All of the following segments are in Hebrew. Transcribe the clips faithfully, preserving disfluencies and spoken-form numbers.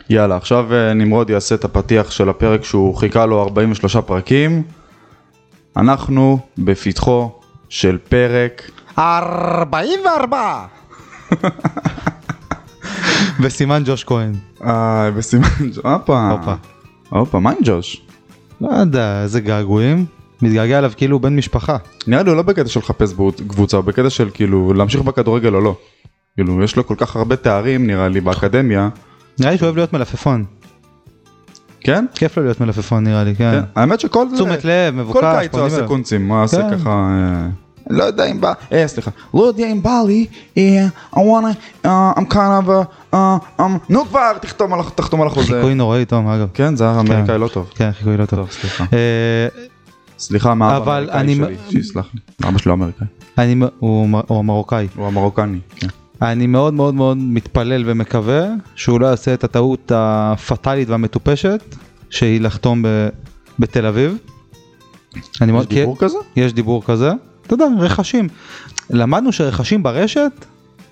יאללה, עכשיו נמרוד יעשה את הפתיח של הפרק שהוא חיכה לו ארבעים ושלושה פרקים. אנחנו בפתחו של פרק ארבעים וארבע בסימן ג'וש כהן. אה, בסימן ג'וש, הופה. הופה. הופה, מה עם ג'וש? לא יודע, איזה געגועים. מתגעגע עליו כאילו בן משפחה. נראה לי הוא לא בקטע של לחפש קבוצה, הוא בקטע של כאילו להמשיך בכדורגל או לא. כאילו, יש לו כל כך הרבה תארים נראה לי באקדמיה. נראה לי שהוא אוהב להיות מלפפון. כן? כיף לו להיות מלפפון נראה לי, כן. האמת שכל תשומת לב, מבוקש. כל קיץ הוא עושה קונצים, הוא עושה ככה... לא יודע אם בא, אה סליחה, לא יודע אם בא לי, I wanna, I'm kind of a, נו כבר, תחתום על החוזה. חיקוי נוראי טוב, אגב. כן, זה האמריקאי לא טוב. כן, חיקוי לא טוב. טוב, סליחה. סליחה, מה האמריקאי שלי, שיסלח לי. אבא שלו אמריקאי. הוא המרוקאי. הוא המרוקני, כן. אני מאוד מאוד מאוד מתפלל ומקווה שהוא לא יעשה את הטעות הפטלית והמטופשת שהיא לחתום בתל אביב. יש דיבור כזה? יש דיבור כזה. אתה יודע, רכשים. למדנו שרכשים ברשת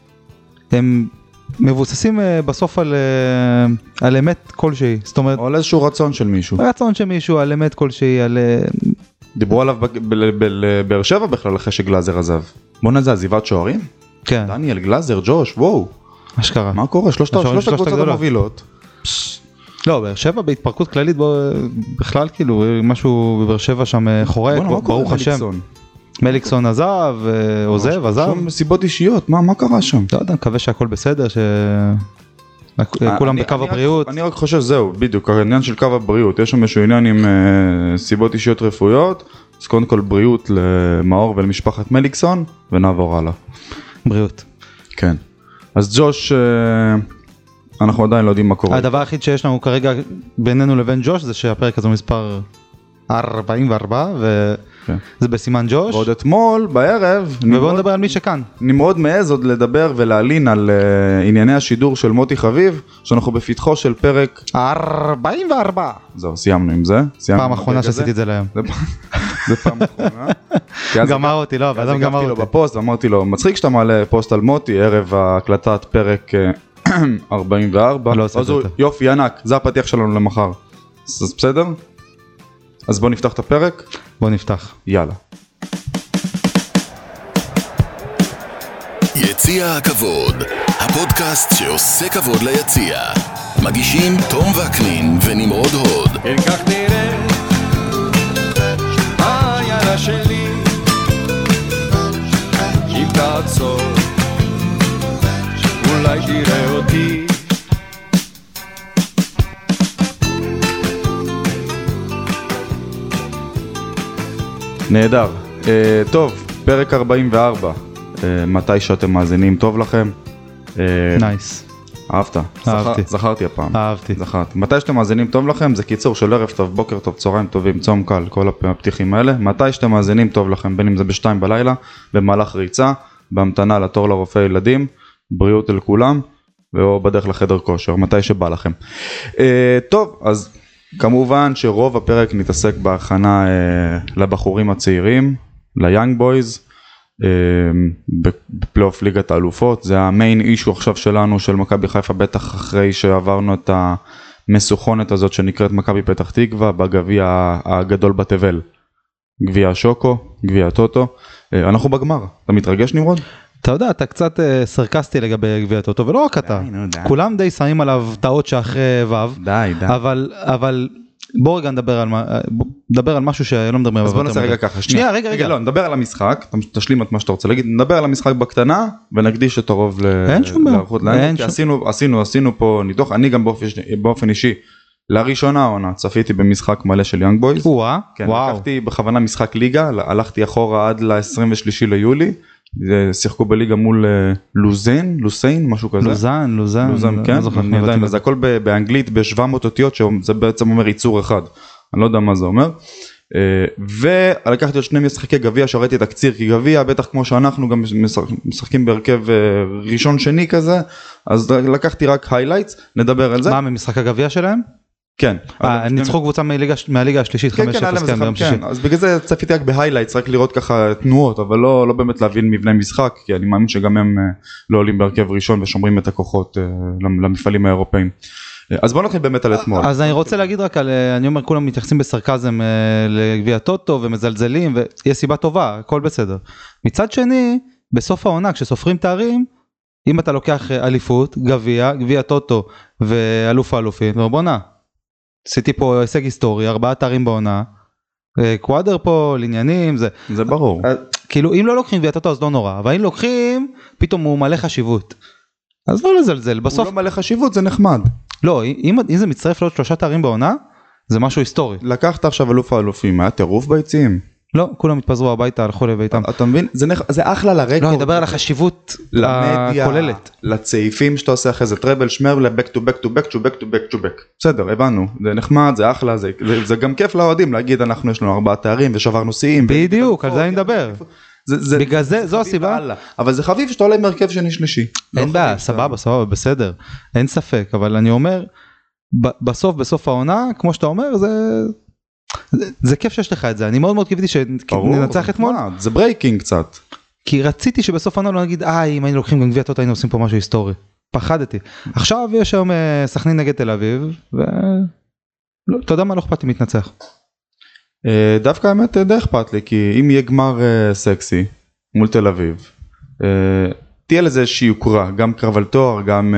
הם מבוססים בסוף על, על אמת כלשהי. זאת אומרת... או על איזשהו רצון של מישהו. רצון של מישהו, על אמת כלשהי, על... דיברו עליו בבאר שבע בכלל אחרי שגלאזר עזב. בוא נזה, עזיבת שוערים? כן. דניאל, גלאזר, ג'וש, וואו. מה שקרה? מה קורה? שלושת הקבוצות המובילות. לא, באר שבע בהתפרקות כללית בכלל כאילו משהו בבאר שבע שם חורק, ברוך השם. מליקסון עזב, עוזב, עזב. שום סיבות אישיות, מה קרה שם? לא יודע, מקווה שהכל בסדר, שכולם בקו הבריאות. אני רק חושב זהו, בדיוק, העניין של קו הבריאות, יש שם איזשהו עניין עם סיבות אישיות רפואיות, אז קודם כל בריאות למאור ולמשפחת מליקסון, ונעבור הלאה. בריאות. כן. אז ג'וש, אנחנו עדיין לא יודעים מה קורה. הדבר היחיד שיש לנו כרגע בינינו לבין ג'וש, זה שהפרק הזה מספר ארבעים וארבע, וזה בסימן ג'וש. ועוד אתמול, בערב, ובואו נדבר על מי שכאן. נמרוד מעז עוד לדבר ולהלין על ענייני השידור של מוטי חביב, שאנחנו בפתחו של פרק ארבעים וארבע. זהו, סיימנו עם זה. פעם אחרונה שעשיתי את זה להם. זה פעם אחרונה. גמר אותי, לא, ואדם גמר אותי. לו בפוסט ואמרתי לו, מצחיק שאתה מעלה פוסט על מוטי, ערב הקלטת פרק ארבעים וארבע. לא עושה את זה. יופי, ענק, זה הפתיח שלנו למחר. אז בסדר? אז בוא נפתח את הפרק. בוא נפתח. יאללה. יציע הכבוד, הפודקאסט שעושה כבוד ליציע. מגישים תום וקנין ונמרוד הוד. כך נראה העיירה שלי, אם תעצור אולי תראה אותי. נהדר. Uh, טוב, פרק ארבעים וארבע. Uh, מתי שאתם מאזינים טוב לכם? נייס. Uh, אהבת? אהבתי. זכר, זכרתי הפעם. אהבתי. זכרתי. מתי שאתם מאזינים טוב לכם זה קיצור של ערב טוב, בוקר טוב, צהריים טובים, צום קל, כל הפתיחים האלה. מתי שאתם מאזינים טוב לכם, בין אם זה בשתיים בלילה, במהלך ריצה, בהמתנה לתור לרופא ילדים, בריאות לכולם, או בדרך לחדר כושר, מתי שבא לכם. Uh, טוב, אז... כמובן שרוב הפרק נתעסק בהכנה אה, לבחורים הצעירים, ליאנג בויז, אה, בפלייאוף ליגת האלופות, זה המיין אישו עכשיו שלנו של מכבי חיפה, בטח אחרי שעברנו את המסוכונת הזאת שנקראת מכבי פתח תקווה, בגביע הגדול בתבל, גביע השוקו, גביע הטוטו, אה, אנחנו בגמר, אתה מתרגש נמרוד? אתה יודע, אתה קצת אה, סרקסטי לגבי גביע הטוטו, ולא רק אתה, כולם די שמים עליו טעות שאחרי וו, די, די. אבל, אבל בוא רגע נדבר על, נדבר על משהו שלא מדברים עליו. אז בוא נעשה רגע ככה, שנייה, רגע, רגע. לא, נדבר על המשחק, תשלים את מה שאתה רוצה להגיד, נדבר על המשחק בקטנה, ונקדיש את הרוב להערכות. אין שום בעיה. עשינו, עשינו פה ניתוח, אני גם באופן אישי, לראשונה העונה, צפיתי במשחק מלא של יאנג בויז. וואו. כן, לקחתי בכוונה משחק ליגה, הלכתי אחורה עד ל-עשרים ושלושה ליולי, שיחקו בליגה מול לוזן, לוסיין, משהו כזה. לוזן, לוזן. לוזן, כן. אני יודע, זה הכל באנגלית ב-שבע מאות אותיות, שזה בעצם אומר ייצור אחד. אני לא יודע מה זה אומר. ולקחתי עוד שני משחקי גביע, שראיתי את הקציר כגביע, בטח כמו שאנחנו גם משחקים בהרכב ראשון שני כזה, אז לקחתי רק היילייטס, נדבר על זה. מה, ממשחק הגביע שלהם? כן. ניצחו קבוצה מהליגה השלישית חמש אפס, כן, אז בגלל זה צפיתי רק בהיילייטס, רק לראות ככה תנועות, אבל לא באמת להבין מבנה משחק, כי אני מאמין שגם הם לא עולים בהרכב ראשון ושומרים את הכוחות למפעלים האירופאים. אז בוא נתחיל באמת על אתמול. אז אני רוצה להגיד רק על, אני אומר, כולם מתייחסים בסרקזם לגביע הטוטו ומזלזלים, ויש סיבה טובה, הכל בסדר. מצד שני, בסוף העונה, כשסופרים תארים, אם אתה לוקח אליפות, גביע, גביע טוטו ואלוף האלופים, בוא נע, עשיתי פה הישג היסטורי, ארבעה תארים בעונה, קוואדר פה, לעניינים, זה... זה ברור. כאילו, אם לא לוקחים גביע טוטו אז לא נורא, אבל אם לוקחים, פתאום הוא מלא חשיבות. אז לא לזלזל, בסוף... הוא לא מלא חשיבות, זה נחמד. לא, אם, אם זה מצטרף לעוד שלושה תארים בעונה, זה משהו היסטורי. לקחת עכשיו אלוף האלופים, היה טירוף ביציעים? לא, כולם התפזרו הביתה, הלכו לביתם. אתה מבין? זה, נח... זה אחלה לרקורד. לא, אני מדבר על החשיבות למדיה, הכוללת. לצעיפים שאתה עושה אחרי זה טראבל, שמר לבק טו בק טו בק טו בק טו בק טו בק. בסדר, הבנו, זה נחמד, זה אחלה, זה, זה, זה גם כיף לאוהדים להגיד אנחנו יש לנו ארבעה תארים ושברנו שיאים. בדיוק, על זה אני מדבר. זה, זה, בגלל זה, זה זו הסיבה. הלאה. אבל זה חביב שאתה עולה מרכב שני שלישי. אין לא בעיה, סבבה, סבבה, בסדר. אין ספק, אבל אני אומר, בסוף, בסוף העונה, כמו שאתה אומר, זה... זה, זה כיף שיש לך את זה, אני מאוד מאוד קיוויתי שננצח אתמול. זה ברייקינג קצת. כי רציתי שבסוף העונה לא נגיד, אה, אם היינו לוקחים גם גביע טוטו היינו עושים פה משהו היסטורי. פחדתי. עכשיו יש היום סכנין נגד תל אביב, ואתה יודע מה, לא אכפת לי מתנצח. דווקא האמת די אכפת לי, כי אם יהיה גמר סקסי מול תל אביב, תהיה לזה איזושהי יוקרה, גם קרב על תואר, גם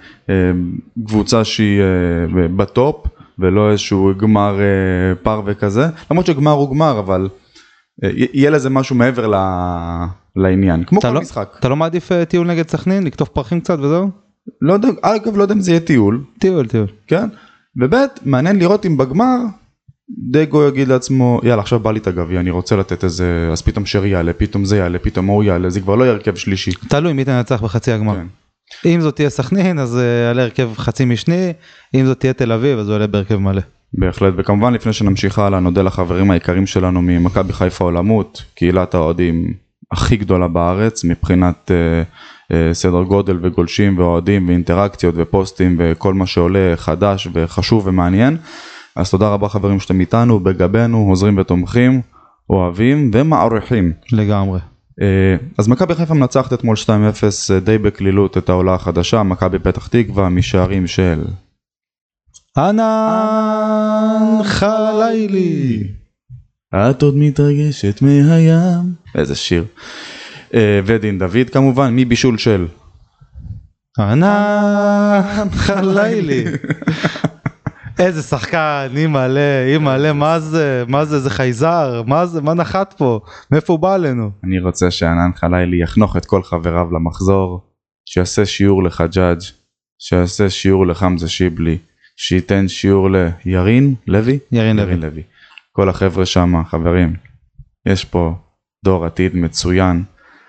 קבוצה שהיא בטופ, ולא איזשהו גמר פר וכזה, למרות שגמר הוא גמר, אבל יהיה לזה משהו מעבר לעניין, כמו כל משחק. אתה לא מעדיף טיול נגד סכנין, לקטוף פרחים קצת וזהו? לא יודע, אגב לא יודע אם זה יהיה טיול. טיול, טיול. כן, ובית, מעניין לראות אם בגמר, דגו יגיד לעצמו, יאללה עכשיו בא לי את הגביע, אני רוצה לתת איזה, אז פתאום שרי יעלה, פתאום זה יעלה, פתאום הוא יעלה, זה כבר לא ירכב שלישי. תלוי מי תנצח בחצי הגמר. כן. אם זאת תהיה סכנין, אז יעלה הרכב חצי משני, אם זאת תהיה תל אביב, אז הוא יעלה בהרכב מלא. בהחלט, וכמובן לפני שנמשיך הלאה, נודה לחברים העיקרים שלנו ממכבי חיפה עולמות, קהילת האוהדים הכי גדולה בארץ, מבחינת אה, אה, סדר גודל וגולשים ואוהדים ואינטראקציות ופוסטים וכל מה שעולה חדש וחשוב ומעניין. אז תודה רבה חברים שאתם איתנו, בגבנו, עוזרים ותומכים, אוהבים ומערכים. לגמרי. אז מכבי חיפה מנצחת אתמול שתיים אפס די בקלילות את העולה החדשה, מכבי פתח תקווה משערים של ענן חלילי. את עוד מתרגשת מהים. איזה שיר. ודין דוד כמובן, מבישול של ענן חלילי. איזה שחקן, היא מלא, היא מלא, מה זה, מה זה, זה חייזר, מה זה, מה נחת פה, מאיפה הוא בא עלינו? אני רוצה שענן חלילי יחנוך את כל חבריו למחזור, שיעשה שיעור לחג'אג', שיעשה שיעור לחמזה שיבלי, שייתן שיעור לירין לוי? ירין לוי. לוי. כל החבר'ה שם, חברים, יש פה דור עתיד מצוין.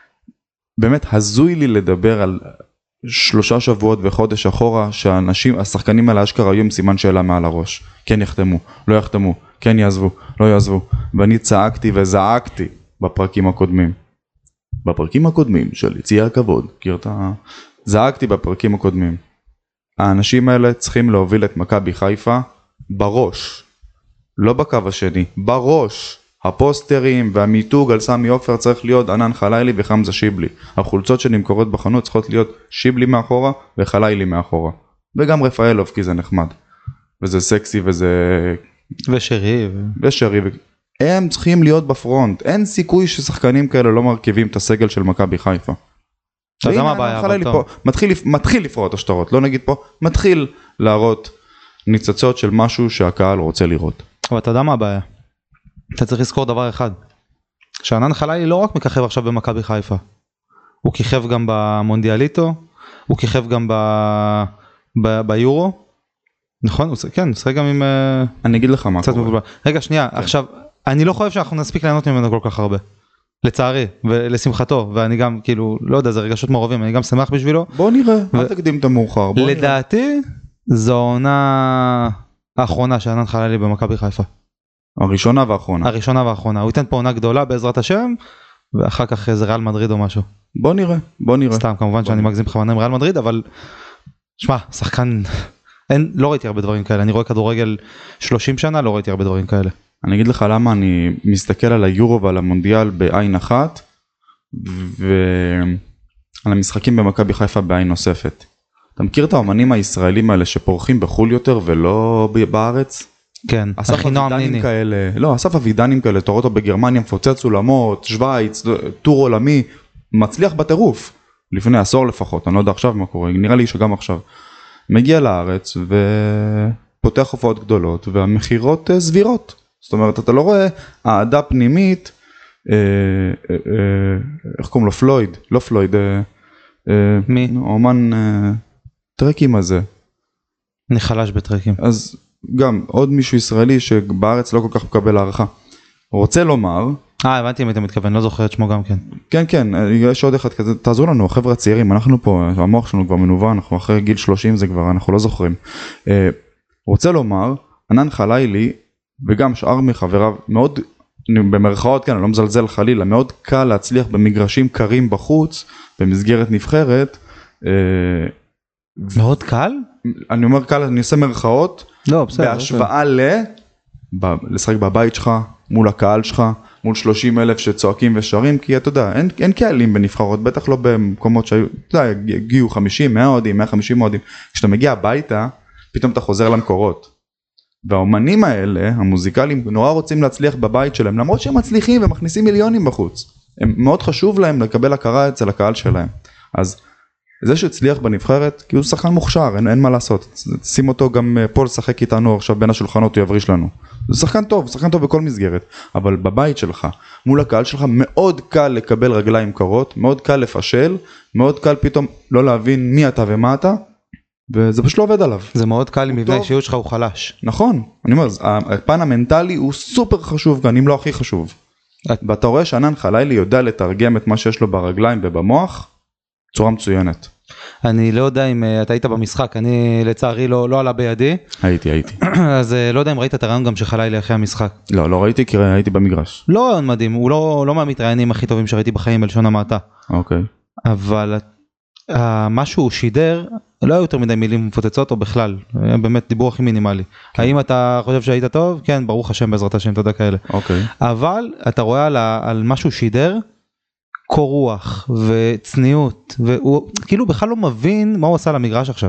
באמת הזוי לי לדבר על שלושה שבועות וחודש אחורה, שהאנשים, השחקנים על האשכרה היו עם סימן שאלה מעל הראש. כן יחתמו, לא יחתמו, כן יעזבו, לא יעזבו. ואני צעקתי וזעקתי בפרקים הקודמים. בפרקים הקודמים של יציע הכבוד, מכיר את ה... זעקתי בפרקים הקודמים. האנשים האלה צריכים להוביל את מכבי חיפה בראש. לא בקו השני, בראש. הפוסטרים והמיתוג על סמי עופר צריך להיות ענן חלילי וחמזה שיבלי. החולצות שנמכורות בחנות צריכות להיות שיבלי מאחורה וחלילי מאחורה. וגם רפאלוב כי זה נחמד. וזה סקסי וזה... ושרי. ו... ושרי. ו... הם צריכים להיות בפרונט. אין סיכוי ששחקנים כאלה לא מרכיבים את הסגל של מכבי חיפה. אתה יודע מה הבעיה? פה, מתחיל, מתחיל לפרוט השטרות, לא נגיד פה, מתחיל להראות ניצוצות של משהו שהקהל רוצה לראות. אבל אתה יודע מה הבעיה? אתה צריך לזכור דבר אחד, שענן חלילי לא רק מככב עכשיו במכבי חיפה, הוא כיכב גם במונדיאליטו, הוא כיכב גם ב... ב... ביורו, נכון? הוא... כן, הוא שחק גם עם... אני אגיד לך מה קורה. רגע, שנייה, כן. עכשיו, אני לא חושב שאנחנו נספיק ליהנות ממנו כל כך הרבה, לצערי, ולשמחתו, ואני גם, כאילו, לא יודע, זה רגשות מעורבים, אני גם שמח בשבילו. בוא נראה, ו... אל תקדים את המאוחר, בוא נראה. לדעתי, זו העונה האחרונה שענן חלילי במכבי חיפה. הראשונה והאחרונה. הראשונה והאחרונה. הוא ייתן פה עונה גדולה בעזרת השם, ואחר כך איזה ריאל מדריד או משהו. בוא נראה, בוא נראה. סתם, כמובן שאני מגזים בכוונה עם ריאל מדריד, אבל, שמע, שחקן, אין, לא ראיתי הרבה דברים כאלה. אני רואה כדורגל שלושים שנה, לא ראיתי הרבה דברים כאלה. אני אגיד לך למה אני מסתכל על היורו ועל המונדיאל בעין אחת, ועל המשחקים במכבי חיפה בעין נוספת. אתה מכיר את האמנים הישראלים האלה שפורחים בחול יותר ולא בארץ? כן, אסף אחי נועם אבידנים ניני. כאלה, לא, אסף אבידנים כאלה, אתה רואה אותו בגרמניה, מפוצץ אולמות, שוויץ, טור עולמי, מצליח בטירוף, לפני עשור לפחות, אני לא יודע עכשיו מה קורה, נראה לי שגם עכשיו. מגיע לארץ ופותח הופעות גדולות, והמחירות סבירות. זאת אומרת, אתה לא רואה אהדה פנימית, אה, אה, אה, איך קוראים לו? פלויד, לא פלויד, אה, אה, מי? אומן אה, טרקים הזה. אני חלש בטרקים. אז גם עוד מישהו ישראלי שבארץ לא כל כך מקבל הערכה. רוצה לומר, אה, הבנתי אם אתה מתכוון, לא זוכר את שמו גם כן. כן, כן, יש עוד אחד כזה, תעזרו לנו, החבר'ה הצעירים, אנחנו פה, המוח שלנו כבר מנוון, אנחנו אחרי גיל שלושים זה כבר, אנחנו לא זוכרים. אה, רוצה לומר, ענן חלילי, וגם שאר מחבריו, מאוד, במרכאות, כן, אני לא מזלזל חלילה, מאוד קל להצליח במגרשים קרים בחוץ, במסגרת נבחרת. אה, מאוד קל? אני אומר קל, אני עושה מרכאות, לא, בסדר. בהשוואה ל... ב- לשחק בבית שלך, מול הקהל שלך, מול שלושים אלף שצועקים ושרים, כי אתה יודע, אין, אין קהלים בנבחרות, בטח לא במקומות שהיו, אתה יודע, הגיעו חמישים, מאה אוהדים, מאה וחמישים אוהדים, כשאתה מגיע הביתה, פתאום אתה חוזר למקורות. והאומנים האלה, המוזיקליים, נורא רוצים להצליח בבית שלהם, למרות שהם מצליחים ומכניסים מיליונים בחוץ. הם מאוד חשוב להם לקבל הכרה אצל הקהל שלהם. אז זה שהצליח בנבחרת, כי הוא שחקן מוכשר, אין, אין מה לעשות. שים אותו גם פה לשחק איתנו עכשיו בין השולחנות, הוא יבריש לנו. זה שחקן טוב, שחקן טוב בכל מסגרת. אבל בבית שלך, מול הקהל שלך, מאוד קל לקבל רגליים קרות, מאוד קל לפשל, מאוד קל פתאום לא להבין מי אתה ומה אתה, וזה פשוט לא עובד עליו. זה מאוד קל אם מבנה טוב. האישיות שלך הוא חלש. נכון, אני אומר, הפן המנטלי הוא סופר חשוב, גם אם לא הכי חשוב. את- ואתה רואה שענן חלילי יודע לתרגם את מה שיש לו ברגליים ובמוח, צורה מצוינת. אני לא יודע אם uh, אתה היית במשחק, אני לצערי לא, לא עלה בידי, הייתי, הייתי. אז uh, לא יודע אם ראית את הרעיון גם שחלילי אחרי המשחק. לא, לא ראיתי כי הייתי במגרש. לא רעיון מדהים, הוא לא, לא מהמתראיינים הכי טובים שראיתי בחיים בלשון המעטה, אוקיי. אבל uh, מה שהוא שידר, לא היו יותר מדי מילים מפוצצות או בכלל, היה באמת דיבור הכי מינימלי. האם אתה חושב שהיית טוב? כן, ברוך השם בעזרת השם, תודה כאלה. אוקיי. אבל אתה רואה על, ה- על מה שהוא שידר, קור רוח וצניעות, והוא כאילו בכלל לא מבין מה הוא עשה למגרש עכשיו.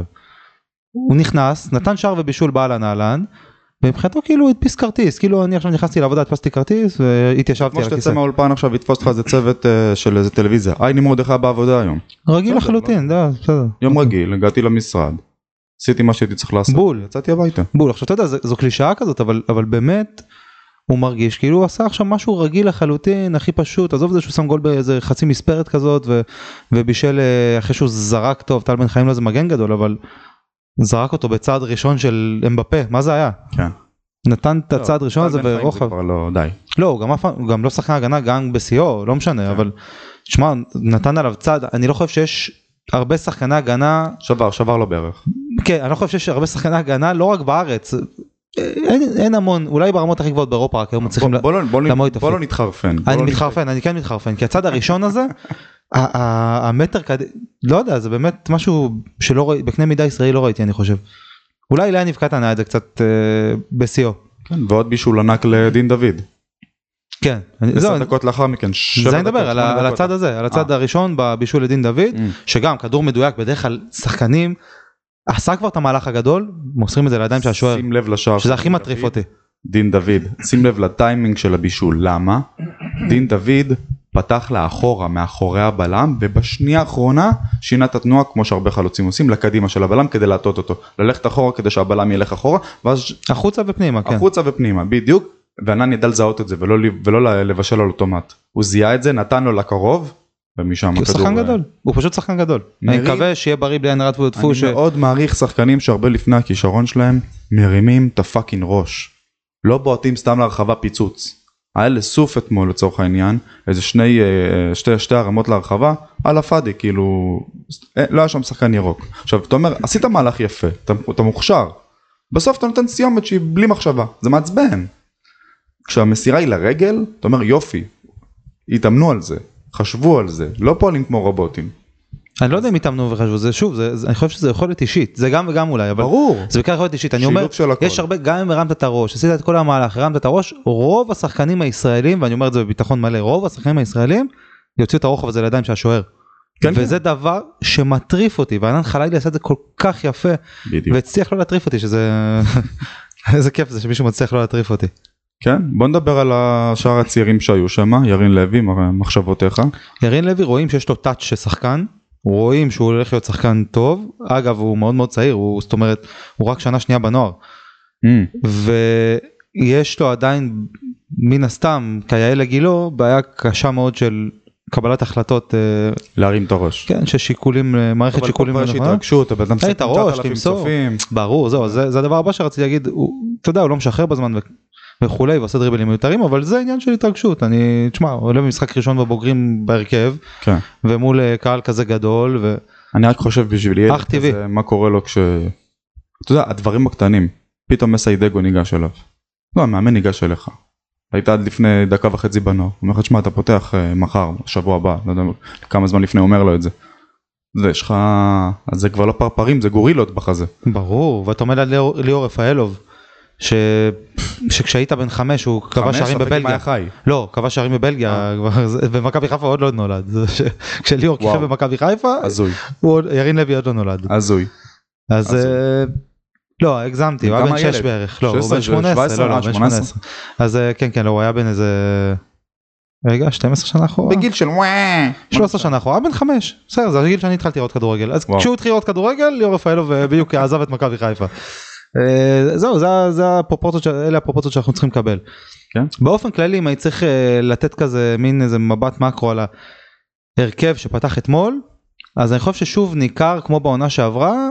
הוא נכנס, נתן שער ובישול באהלן אהלן, ומבחינתו כאילו הדפיס כרטיס, כאילו אני עכשיו נכנסתי לעבודה, הדפסתי כרטיס והתיישבתי כמו על שתצא הכיסא. מהאולפן עכשיו ויתפוס לך איזה צוות אה, של איזה טלוויזיה. היי נמרוד, איך היה בעבודה היום? רגיל לחלוטין, דה, בסדר. יום רגיל, הגעתי למשרד, עשיתי מה שהייתי צריך לעשות, בול. יצאתי הביתה. בול, עכשיו אתה יודע, זו- זו קלישאה כזאת, אבל, אבל באמת הוא מרגיש כאילו הוא עשה עכשיו משהו רגיל לחלוטין, הכי פשוט, עזוב את זה שהוא שם גול באיזה חצי מספרת כזאת, ו, ובישל אה, אחרי שהוא זרק טוב, טל בן חיים לא זה מגן גדול, אבל זרק אותו בצעד ראשון של אמבפה, מה זה היה? כן. נתן את הצעד ראשון הזה טל בן חיים זה ברוחב. כבר לא, די. לא, הוא גם, אף פעם- הוא גם לא שחקן הגנה, גם בשיאו, לא משנה, אבל שמע, נתן עליו צעד, אני לא חושב שיש הרבה שחקני הגנה, שבר, שבר לו בערך. כן, אני לא חושב שיש הרבה שחקני הגנה, לא רק בארץ, אין, אין המון, אולי ברמות הכי גבוהות באירופה, רק היום מצליחים, בוא, בוא, לא- בוא, לא- למה הוא בוא יתפק? לא נתחרפן. בוא אני לא מתחרפן, אני כן מתחרפן, כי הצד הראשון הזה, ה- ה- המטר קדימה, לא יודע, זה באמת משהו שלא ראיתי, בקנה מידה ישראלי לא ראיתי, אני חושב. אולי לאה נבקת ענה את זה קצת אה, בשיאו. כן, ועוד בישול ענק לדין דוד. כן, אני- עשר זהו, דקות לאחר מכן, שבע זה אני דקות, מדבר, על, ה- שמונה על דקות. הצד הזה, על הצד אה. הראשון בבישול לדין דוד, Mm. שגם כדור מדויק, בדרך כלל שחקנים, עשה כבר את המהלך הגדול, מוסרים את זה לידיים של השוער, שים לב לשער. שזה של הכי דין מטריף דוד. אותי. דין דוד, שים לב לטיימינג של הבישול, למה? דין דוד פתח לאחורה, מאחורי הבלם, ובשנייה האחרונה שינה את התנועה, כמו שהרבה חלוצים עושים, לקדימה של הבלם, כדי להטות אותו. ללכת אחורה כדי שהבלם ילך אחורה, ואז החוצה ופנימה, כן. החוצה ופנימה, בדיוק, וענן ידע לזהות את זה, ולא, ולא לבשל על אוטומט. הוא זיהה את זה, נתן לו לקרוב, ומשם כי הוא הכדור... שחקן גדול, הוא פשוט שחקן גדול. אני מרים- מקווה שיהיה בריא בלי עין הרע טפו טפו, אני ש... מאוד מעריך שחקנים שהרבה לפני הכישרון שלהם, מרימים את הפאקינג ראש. לא בועטים סתם להרחבה פיצוץ. היה לסוף אתמול לצורך העניין, איזה שני, אה, שתי, שתי הרמות להרחבה, על הפאדי, כאילו, אה, לא היה שם שחקן ירוק. עכשיו, אתה אומר, עשית מהלך יפה, אתה, אתה מוכשר, בסוף אתה נותן סיומת שהיא בלי מחשבה, זה מעצבן. כשהמסירה היא לרגל, אתה אומר, יופי, התאמנו על זה, חשבו על זה, לא פועלים כמו רובוטים. אני לא יודע אם התאמנו וחשבו, זה שוב, זה, זה, אני חושב שזה יכול להיות אישית, זה גם וגם אולי, אבל ברור. זה בעיקר יכול להיות אישית, אני שילוב אומר, של הכל. יש הרבה, גם אם הרמת את הראש, עשית את כל המהלך, הרמת את הראש, רוב השחקנים הישראלים, ואני אומר את זה בביטחון מלא, רוב השחקנים הישראלים, יוציאו את הרוחב הזה לידיים של השוער, כן, וזה דבר שמטריף אותי, וענן חלילי עשה את זה כל כך יפה, בדיוק. והצליח לא להטריף אותי, שזה איזה כיף זה שמישהו מצליח לא להטריף אותי. כן, בוא נדבר על השאר הצעירים שהיו שם, ירין לוי, מחשבותיך. ירין לוי רואים שיש לו טאץ' ששחקן, רואים שהוא הולך להיות שחקן טוב, אגב הוא מאוד מאוד צעיר, הוא, זאת אומרת, הוא רק שנה שנייה בנוער, Mm. ויש לו עדיין מן הסתם, כיאה לגילו, בעיה קשה מאוד של קבלת החלטות, להרים את הראש. כן, ששיקולים, מערכת שיקולים, אבל פה יש התרגשות, אבל אתה את הראש, תמסור, ברור, זהו, זה, זה הדבר הבא שרציתי להגיד, הוא, אתה יודע, הוא לא משחרר בזמן וכולי, ועושה דריבלים מיותרים, אבל זה עניין של התרגשות, אני, תשמע, עולה במשחק ראשון בבוגרים בהרכב, כן. ומול קהל כזה גדול, ו... אני רק חושב בשביל ילד כזה, מה קורה לו כש... אתה יודע, הדברים הקטנים, פתאום מסיידגו ניגש אליו. לא, המאמן ניגש אליך. היית עד לפני דקה וחצי בנוער. הוא אומר לך, שמה, אתה פותח מחר, שבוע הבא, לא יודע, כמה זמן לפני אומר לו את זה. זה, יש לך... אז זה כבר לא פרפרים, זה גורילות בחזה. ברור, ואתה עומד על ליאור, ליאור רפאלוב, ש... שכשהיית בן חמש, הוא קבע שערים בבלגיה. לא, קבע שערים בבלגיה, ומכבי חיפה עוד לא נולד. כשליאור כיכב במכבי חיפה, ירין לוי עוד לא נולד. הזוי. אז... לא, הגזמתי, הוא היה בן שש בערך, לא, הוא בן שמונה עשרה, לא, לא, בן שמונה עשרה. אז כן, כן, לא, הוא היה בן איזה, רגע, שתים עשרה שנה אחורה? בגיל של וואו. שלוש עשרה שנה אחורה, היה בן חמש, בסדר, זה הגיל שאני התחלתי לראות כדורגל, אז כשהוא התחיל לראות כדורגל, ליאור רפאלוב בדיוק עזב את מכבי חיפה. זהו, אלה הפרופורציות שאנחנו צריכים לקבל. באופן כללי, אם אני צריך לתת כזה, מין איזה מבט מקרו על ההרכב שפתח אתמול, אז אני חושב ששוב ניכר, כמו בעונה שעברה,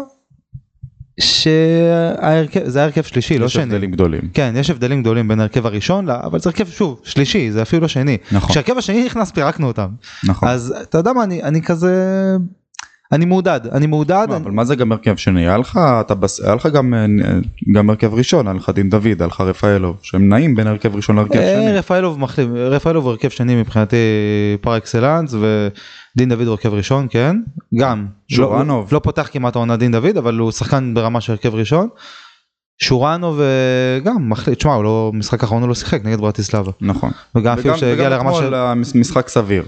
שההרכב, זה הרכב שלישי, לא שני. יש הבדלים גדולים. כן, יש הבדלים גדולים בין הרכב הראשון, אבל זה הרכב, שוב, שלישי, זה אפילו לא שני. נכון. כשהרכב השני נכנס, פירקנו אותם. נכון. אז אתה יודע מה, אני, אני כזה, אני מעודד, אני מעודד. אבל מה זה גם הרכב שני? היה לך, היה לך גם, גם הרכב ראשון, היה לך דין דוד, היה לך רפאלוב, שהם נעים בין הרכב ראשון להרכב שני. רפאלוב מחליף, רפאלוב הוא הרכב שני מבחינתי פר אקסלנס, ודין דוד הוא הרכב ראשון, כן? גם. שורנוב. לא, לא פותח כמעט העונה דין דוד, אבל הוא שחקן ברמה של הרכב ראשון. שורנוב גם מחליט, תשמע, הוא לא, משחק האחרון הוא לא שיחק נגד ברטיסלבה. נכון. וגם אפילו שהגיע לרמה של... וגם אתמול משחק סביר.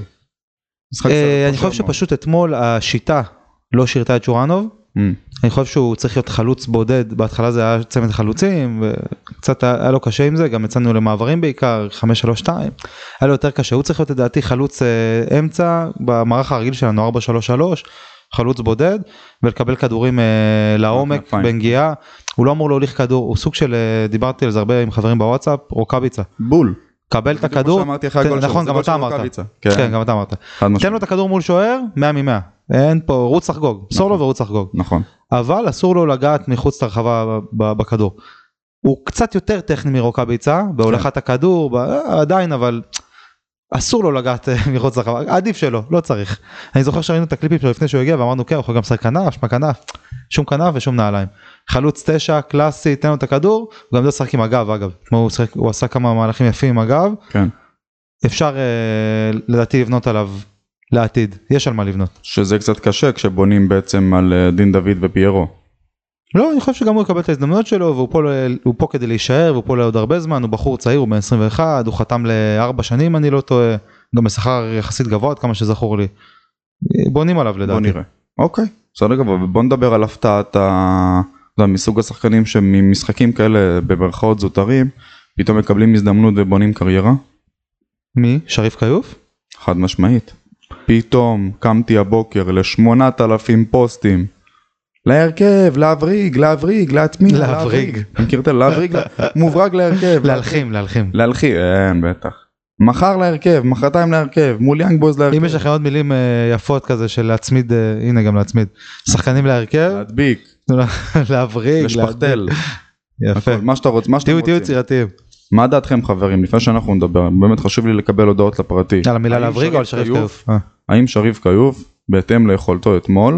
אני חושב שפשוט אתמול השיטה לא שירתה את שורנוב, אני חושב שהוא צריך להיות חלוץ בודד, בהתחלה זה היה צמד חלוצים, וקצת היה לו קשה עם זה, גם יצאנו למעברים בעיקר, חמש שלוש שתיים, היה לו יותר קשה, הוא צריך להיות לדעתי חלוץ אמצע, במערך הרגיל שלנו ארבע שלוש שלוש, חלוץ בודד, ולקבל כדורים לעומק, בנגיעה, הוא לא אמור להוליך כדור, הוא סוג של, דיברתי על זה הרבה עם חברים בוואטסאפ, רוקאביצה. בול. קבל את הכדור, נכון, גם אתה אמרת, כן, גם אתה אמרת, תן לו את הכדור מול שוער, מאה ממאה, אין פה, רוץ לחגוג, סור לו ורוץ לחגוג, נכון, אבל אסור לו לגעת מחוץ לרחבה בכדור, הוא קצת יותר טכני מרוקאביצה, בהולכת הכדור, עדיין, אבל אסור לו לגעת מחוץ לרחבה, עדיף שלו, לא צריך, אני זוכר שראינו את הקליפים שלו לפני שהוא הגיע, ואמרנו, כן, הוא יכול גם שחק כנף, שמה כנף, שום כנף ושום נעליים, חלוץ תשע, קלאסי, תן לו את הכדור, הוא גם לא שחק עם הגב, אגב, הוא, שחק, הוא עשה כמה מהלכים יפים עם הגב, כן. אפשר אה, לדעתי לבנות עליו לעתיד, יש על מה לבנות. שזה קצת קשה כשבונים בעצם על דין דוד ופיירו. לא, אני חושב שגם הוא יקבל את ההזדמנויות שלו, והוא פה, הוא פה כדי להישאר, והוא פה לעוד הרבה זמן, הוא בחור צעיר, הוא בן עשרים ואחת, הוא חתם לארבע שנים, אני לא טועה, גם בשכר יחסית גבוה, עד כמה שזכור לי. בונים עליו לדעתי. בוא נראה. אוקיי, בסדר גבוה, ובוא נדבר על הפתעת ה... מסוג השחקנים שממשחקים כאלה במרכאות זוטרים, פתאום מקבלים הזדמנות ובונים קריירה. מי? שריף קיוף? חד משמעית. פתאום קמתי הבוקר לשמונת אלפים פוסטים. להרכב, להבריג, להבריג, להטמין, להבריג. מכירת להבריג, מוברג להרכב. להלכים, להלכים. להלכים, אין בטח. מחר להרכב, מחרתיים להרכב, מול יאנג בוז להרכב. אם יש לכם עוד מילים יפות כזה של להצמיד, הנה גם להצמיד. שחקנים להרכב. להדביק. להבריג. לשפחתל. יפה. מה שאתה רוצ, מה שאתם רוצים. תהיו יצירתיים. מה דעתכם חברים, לפני שאנחנו נדבר, באמת חשוב לי לקבל הודעות לפרטי. על המילה להבריג או על שריף קיוף? האם שריף קיוף, בהתאם ליכולתו אתמול,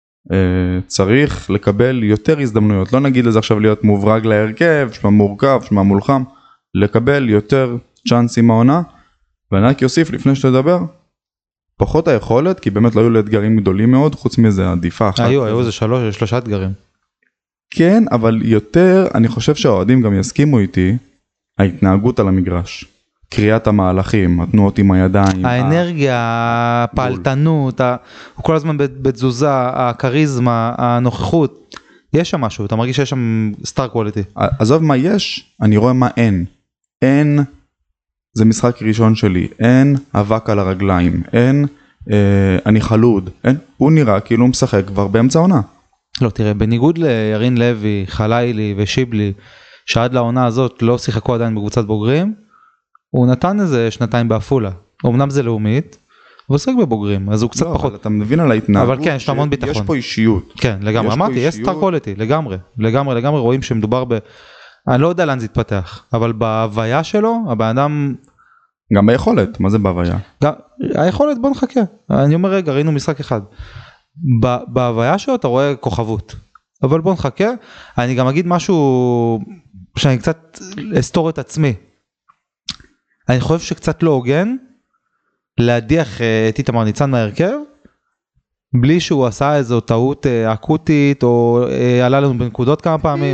צריך לקבל יותר הזדמנויות, לא נגיד לזה עכשיו להיות מוברג להרכב, שמה מורכב, שמה מולחם, לקבל יותר צ'אנסים העונה, ואני רק יוסיף לפני שתדבר, פחות היכולת, כי באמת לא היו לאתגרים גדולים מאוד, חוץ מזה עדיפה אחת. היו, היו איזה שלוש, שלושה אתגרים. כן, אבל יותר, אני חושב שהאוהדים גם יסכימו איתי, ההתנהגות על המגרש. קריאת המהלכים, התנועות עם הידיים. האנרגיה, הפעלתנות, הוא כל הזמן בתזוזה, הכריזמה, הנוכחות, יש שם משהו, אתה מרגיש שיש שם סטאר קואליטי. עזוב מה יש, אני רואה מה אין. אין, זה משחק ראשון שלי, אין אבק על הרגליים, אין, אה, אני חלוד, אין, הוא נראה כאילו הוא משחק כבר באמצע העונה. לא, תראה, בניגוד לירין לוי, חלילי ושיבלי, שעד לעונה הזאת לא שיחקו עדיין בקבוצת בוגרים, הוא נתן איזה שנתיים באפולה. אמנם זה לאומית, אבל שחק בבוגרים, אז הוא קצת לא, פחות. אבל אתה מבין על ההתנהגות. אבל כן, יש המון ביטחון. יש פה אישיות. כן, לגמרי. אמרתי, יש סטאר קואליטי, לגמרי. לגמרי, לגמרי רואים שמדובר ב... אני לא יודע לאן זה יתפתח, אבל בהוויה שלו, הבן אדם... גם ביכולת, מה זה בהוויה? גם, היכולת, בוא נחכה. אני אומר רגע, ראינו משחק אחד. בהוויה שלו אתה רואה כוכבות. אבל בוא נחכה. אני גם אגיד משהו שאני קצת אסתור את עצמי. אני חושב שקצת לא הוגן להדיח את איתמר ניצן מהרכב, בלי שהוא עשה איזו טעות אקוטית, או עלה לנו בנקודות כמה פעמים.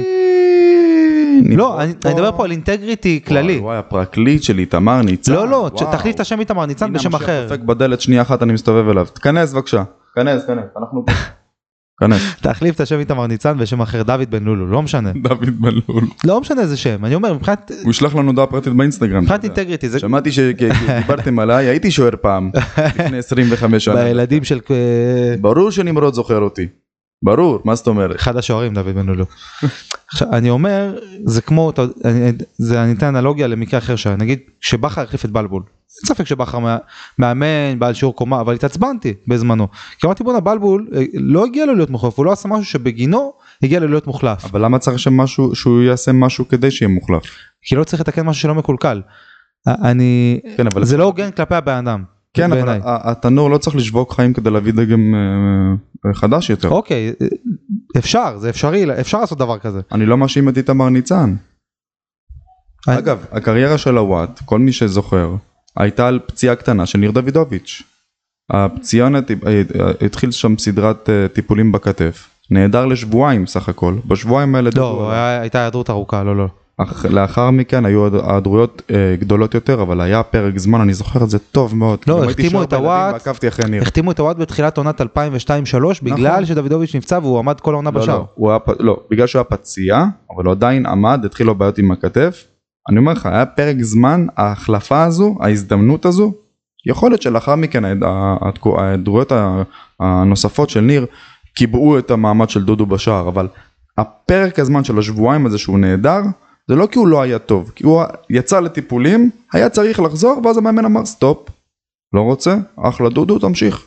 לא, אני מדבר פה על אינטגריטי כללי. וואי, הפרקליט של איתמר ניצן. לא, לא, תחליף את השם איתמר ניצן בשם אחר. הנה, דופק בדלת שנייה אחת, אני מסתובב אליו. תכנס בבקשה. כנס, כנס, אנחנו פה. כנס. תחליף את השם איתמר ניצן בשם אחר, דוד בן לולו, לא משנה. דוד בן לולו. לא משנה איזה שם, אני אומר, מבחינת... הוא ישלח לנו דעה פרטית באינסטגרם. מבחינת אינטגריטי. שמעתי שדיברתם עליי, הייתי שוער פעם, לפני עשרים וחמש שנה. בילדים של... ברור שנמרוד זוכר אותי. ברור, מה זאת אומרת? אחד השוערים, דוד בן לולו. עכשיו, אני אומר, זה כמו, זה אני אתן אנלוגיה למקרה אחר שהיה, נגיד, שבחר החליף את בלבול. אין ספק שבחר מאמן, בעל שיעור קומה, אבל התעצבנתי בזמנו. כי אמרתי, בונה, בלבול לא הגיע לו להיות מוחלף, הוא לא עשה משהו שבגינו הגיע לו להיות מוחלף. אבל למה צריך שמשהו, שהוא יעשה משהו כדי שיהיה מוחלף? כי לא צריך לתקן משהו שלא מקולקל. אני, כן, אבל... זה לא הוגן כלפי הבן אדם. כן, אבל התנור לא צריך לשבוק חיים כדי להביא דגם חדש יותר. אוקיי, אפשר, זה אפשרי, אפשר לעשות דבר כזה. אני לא מאשים את איתמר ניצן. אגב, הקריירה של הוואט, כל מי שזוכר, הייתה על פציעה קטנה של ניר דוידוביץ'. הפציעה התחיל שם סדרת טיפולים בכתף. נהדר לשבועיים סך הכל. בשבועיים האלה... לא, הייתה היעדרות ארוכה, לא, לא. אך לאחר מכן היו היעדרויות גדולות יותר, אבל היה פרק זמן, אני זוכר את זה טוב מאוד. לא, החתימו את הוואט, החתימו את הוואט בתחילת עונת אלפיים ושתיים שלוש, בגלל שדוידוביץ' נפצע והוא עמד כל העונה בשער. לא, בגלל שהוא היה פציע, אבל הוא עדיין עמד, התחיל לו בעיות עם הכתף. אני אומר לך, היה פרק זמן, ההחלפה הזו, ההזדמנות הזו, יכולת שלאחר מכן ההיעדרויות הנוספות של ניר, קיבעו את המעמד של דודו בשער, אבל הפרק הזמן של השבועיים הזה שהוא נהדר, זה לא כי הוא לא היה טוב, כי הוא יצא לטיפולים, היה צריך לחזור, ואז המאמן אמר סטופ, לא רוצה, אחלה דודו, תמשיך.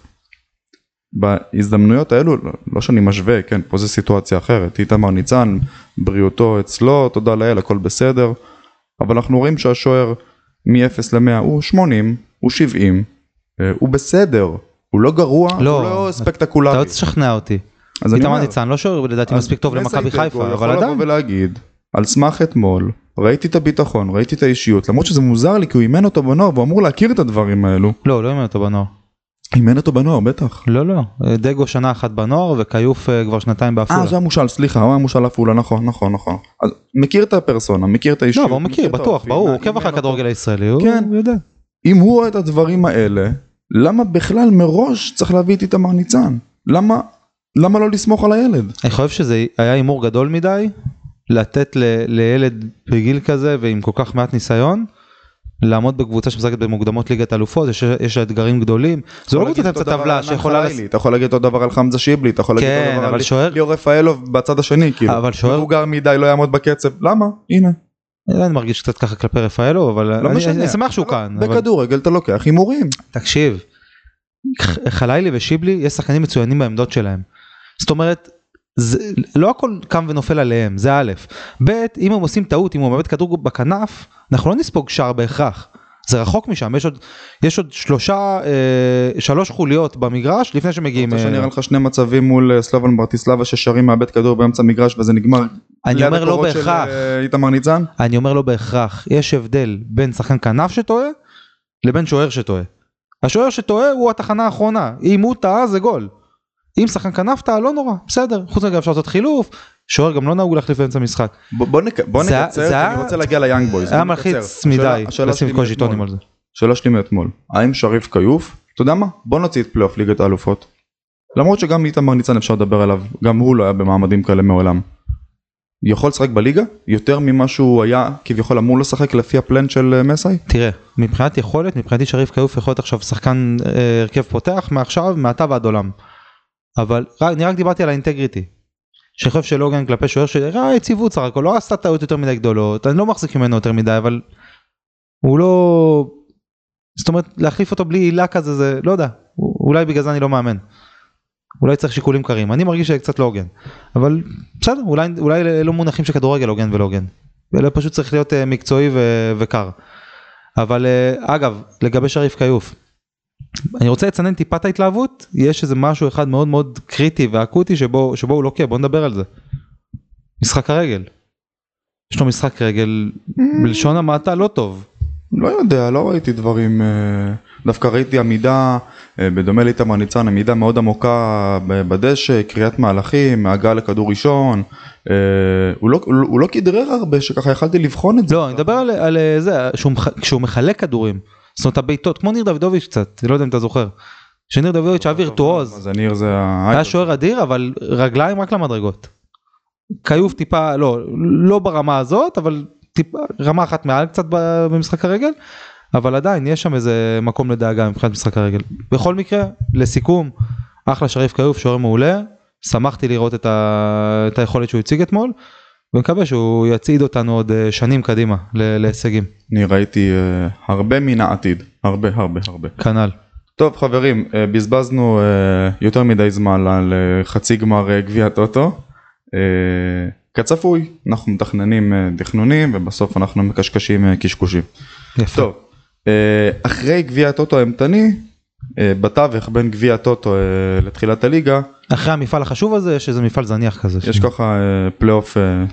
בהזדמנויות האלו, לא שאני משווה, כן, פה זו סיטואציה אחרת, איתמר ניצן, בריאותו אצלו, תודה לאל, הכל בסדר, אבל אנחנו רואים שהשוער מ-אפס למאה הוא שמונים, הוא שבעים, הוא בסדר, הוא לא גרוע, לא, הוא לא ספקטקולרי. אתה עוד תשכנע אותי. איתמר ניצן לא שוער, לדעתי מספיק טוב למכבי חיפה, אבל עדיין. יכול לבוא ולהגיד, על סמך אתמול, ראיתי את הביטחון, ראיתי את האישיות, למרות שזה מוזר לי, כי הוא אימן אותו בנוער, והוא אמור להכיר את הדברים האלו. לא, לא אימן אותו בנוער. אימן אותו בנוער, בטח. לא, לא, דגו שנה אחת בנוער, וקיוף כבר שנתיים באפולה. אה, זה המושל, סליחה, הוא היה מושל אפולה, נכון, נכון, נכון. אז מכיר את הפרסונה, מכיר את האישיות. לא, הוא מכיר, בטוח, ברור, הוא עוקב אחרי הכדורגל הישראלי, הוא יודע. אם הוא רואה את הדברים האלה, למה בכלל מראש צריך להביא את איתמר ניצן? למה, למה לא לסמוך על הילד? אני חושב שזה היה אימור גדול מדי, לתת ל- לילד בגיל כזה ועם כל כך מעט ניסיון, לעמוד בקבוצה שמשחקת במוקדמות ליגת אלופות, יש, יש אתגרים גדולים, זו לא קבוצה אמצע טבלה שיכולה... לס... אתה יכול להגיד אותו דבר על חמזה שיבלי, אתה יכול להגיד כן, אותו דבר על שואר... ליאור רפאלוב בצד השני, כאילו, אבל שואר... מבוגר מדי לא יעמוד בקצב, למה? הנה. אני מרגיש קצת ככה כלפי רפאלוב, אבל לא אני, אני שמח שהוא כאן. בכדורגל אבל... אתה לוקח הימורים. תקשיב, חלילי ושיבלי, יש שחקנים מצוינים בעמדות שלהם. זאת אומרת, זה, לא הכל קם ונופל עליהם, זה א', ב', אם הם עושים טעות, אם הוא מאבד כדור בכנף, אנחנו לא נספוג שער בהכרח, זה רחוק משם, יש עוד, יש עוד שלושה, אה, שלוש חוליות במגרש, לפני שמגיעים... רוצה שנראה לך שני מצבים מול סלובן ברטיסלבה, ששרים מאבד כדור באמצע מגרש, וזה נגמר אני אומר לא בהכרח, איתמר ניצן? אני אומר לא בהכרח, יש הבדל בין שחקן כנף שטועה, לבין שוער שטועה. השוער שטועה הוא התחנה האחרונה, אם הוא טעה זה גול. אם שחקן כנף טעה לא נורא, בסדר, חוץ מגב אפשר לעשות חילוף, שוער גם לא נהוג להחליף באמצע משחק. בוא נקצר, אני רוצה להגיע ליאנג בויז. היה מלחיץ מדי, לשים כל ז'יטונים על זה. שאלה שלי מאתמול, האם שריף כיוף, אתה יודע מה? בוא נוציא את פלייאוף ליגת האלופות. למרות שגם איתמר ניצן אפשר לדבר עליו, גם הוא לא היה במעמדים כאלה מעולם. יכול לשחק בליגה יותר ממה שהוא היה כביכול אמור לשחק לפי הפלן של מסאי? תראה, מבחינת יכולת, מבחינתי שריף כיוף יכול להיות עכשיו שחקן הרכב פותח מעכשיו, מעתה ועד עולם. אבל אני רק דיברתי על האינטגריטי. שחושב שלא הוגן כלפי שוער שראה יציבות סך הכל, לא עשתה טעות יותר מדי גדולות, אני לא מחזיק ממנו יותר מדי, אבל הוא לא... זאת אומרת, להחליף אותו בלי עילה כזה, זה לא יודע, אולי בגלל זה אני לא מאמן. אולי צריך שיקולים קרים, אני מרגיש שקצת לא הוגן, אבל בסדר, אולי, אולי לא מונחים שכדורגל הוגן ולא הוגן, אלא פשוט צריך להיות מקצועי ו- וקר. אבל אגב, לגבי שריף כיוף, אני רוצה לצנן טיפת ההתלהבות, יש איזה משהו אחד מאוד מאוד קריטי ואקוטי שבו, שבו הוא לוקה, בוא נדבר על זה. משחק הרגל. יש לו משחק רגל בלשון המעטה לא טוב. לא יודע, לא ראיתי דברים, דווקא ראיתי עמידה, בדומה לאיתמר ניצן, עמידה מאוד עמוקה בדשא, קריאת מהלכים, הגעה לכדור ראשון, הוא לא, הוא לא כדרר הרבה, שככה יכלתי לבחון את זה. לא, אני מדבר על, על זה, כשהוא מחלק כדורים, זאת אומרת הביתות, כמו ניר דוידוביץ' קצת, לא יודע אם אתה זוכר, שניר דוידוביץ' היה וירטואוז, היה שוער אדיר, אבל רגליים רק למדרגות. כיוף טיפה, לא, לא ברמה הזאת, אבל טיפה, רמה אחת מעל קצת במשחק הרגל, אבל עדיין יש שם איזה מקום לדאגה מבחינת משחק הרגל. בכל מקרה, לסיכום, אחלה שריף כיוף, שוער מעולה, שמחתי לראות את, ה... את היכולת שהוא הציג אתמול, ומקווה שהוא יצעיד אותנו עוד שנים קדימה להישגים. אני ראיתי uh, הרבה מן העתיד, הרבה הרבה הרבה. כנ"ל. טוב חברים, uh, בזבזנו uh, יותר מדי זמן על uh, חצי גמר uh, גביע טוטו. Uh, כצפוי, אנחנו מתכננים uh, תכנונים ובסוף אנחנו מקשקשים uh, קשקושים. יפה. טוב, uh, אחרי גביע טוטו האמתני, uh, בתווך בין גביע טוטו uh, לתחילת הליגה. אחרי המפעל החשוב הזה יש איזה מפעל זניח כזה. יש ככה uh, פלייאוף... Uh,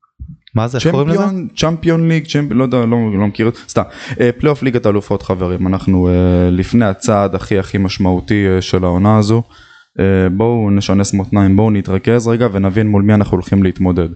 מה זה, איך קוראים לזה? צ'מפיון ליג, לא יודע, לא מכיר, סתם, פלייאוף ליגת האלופות חברים, אנחנו לפני הצעד הכי הכי משמעותי של העונה הזו, בואו נשנס מותניים, בואו נתרכז רגע ונבין מול מי אנחנו הולכים להתמודד.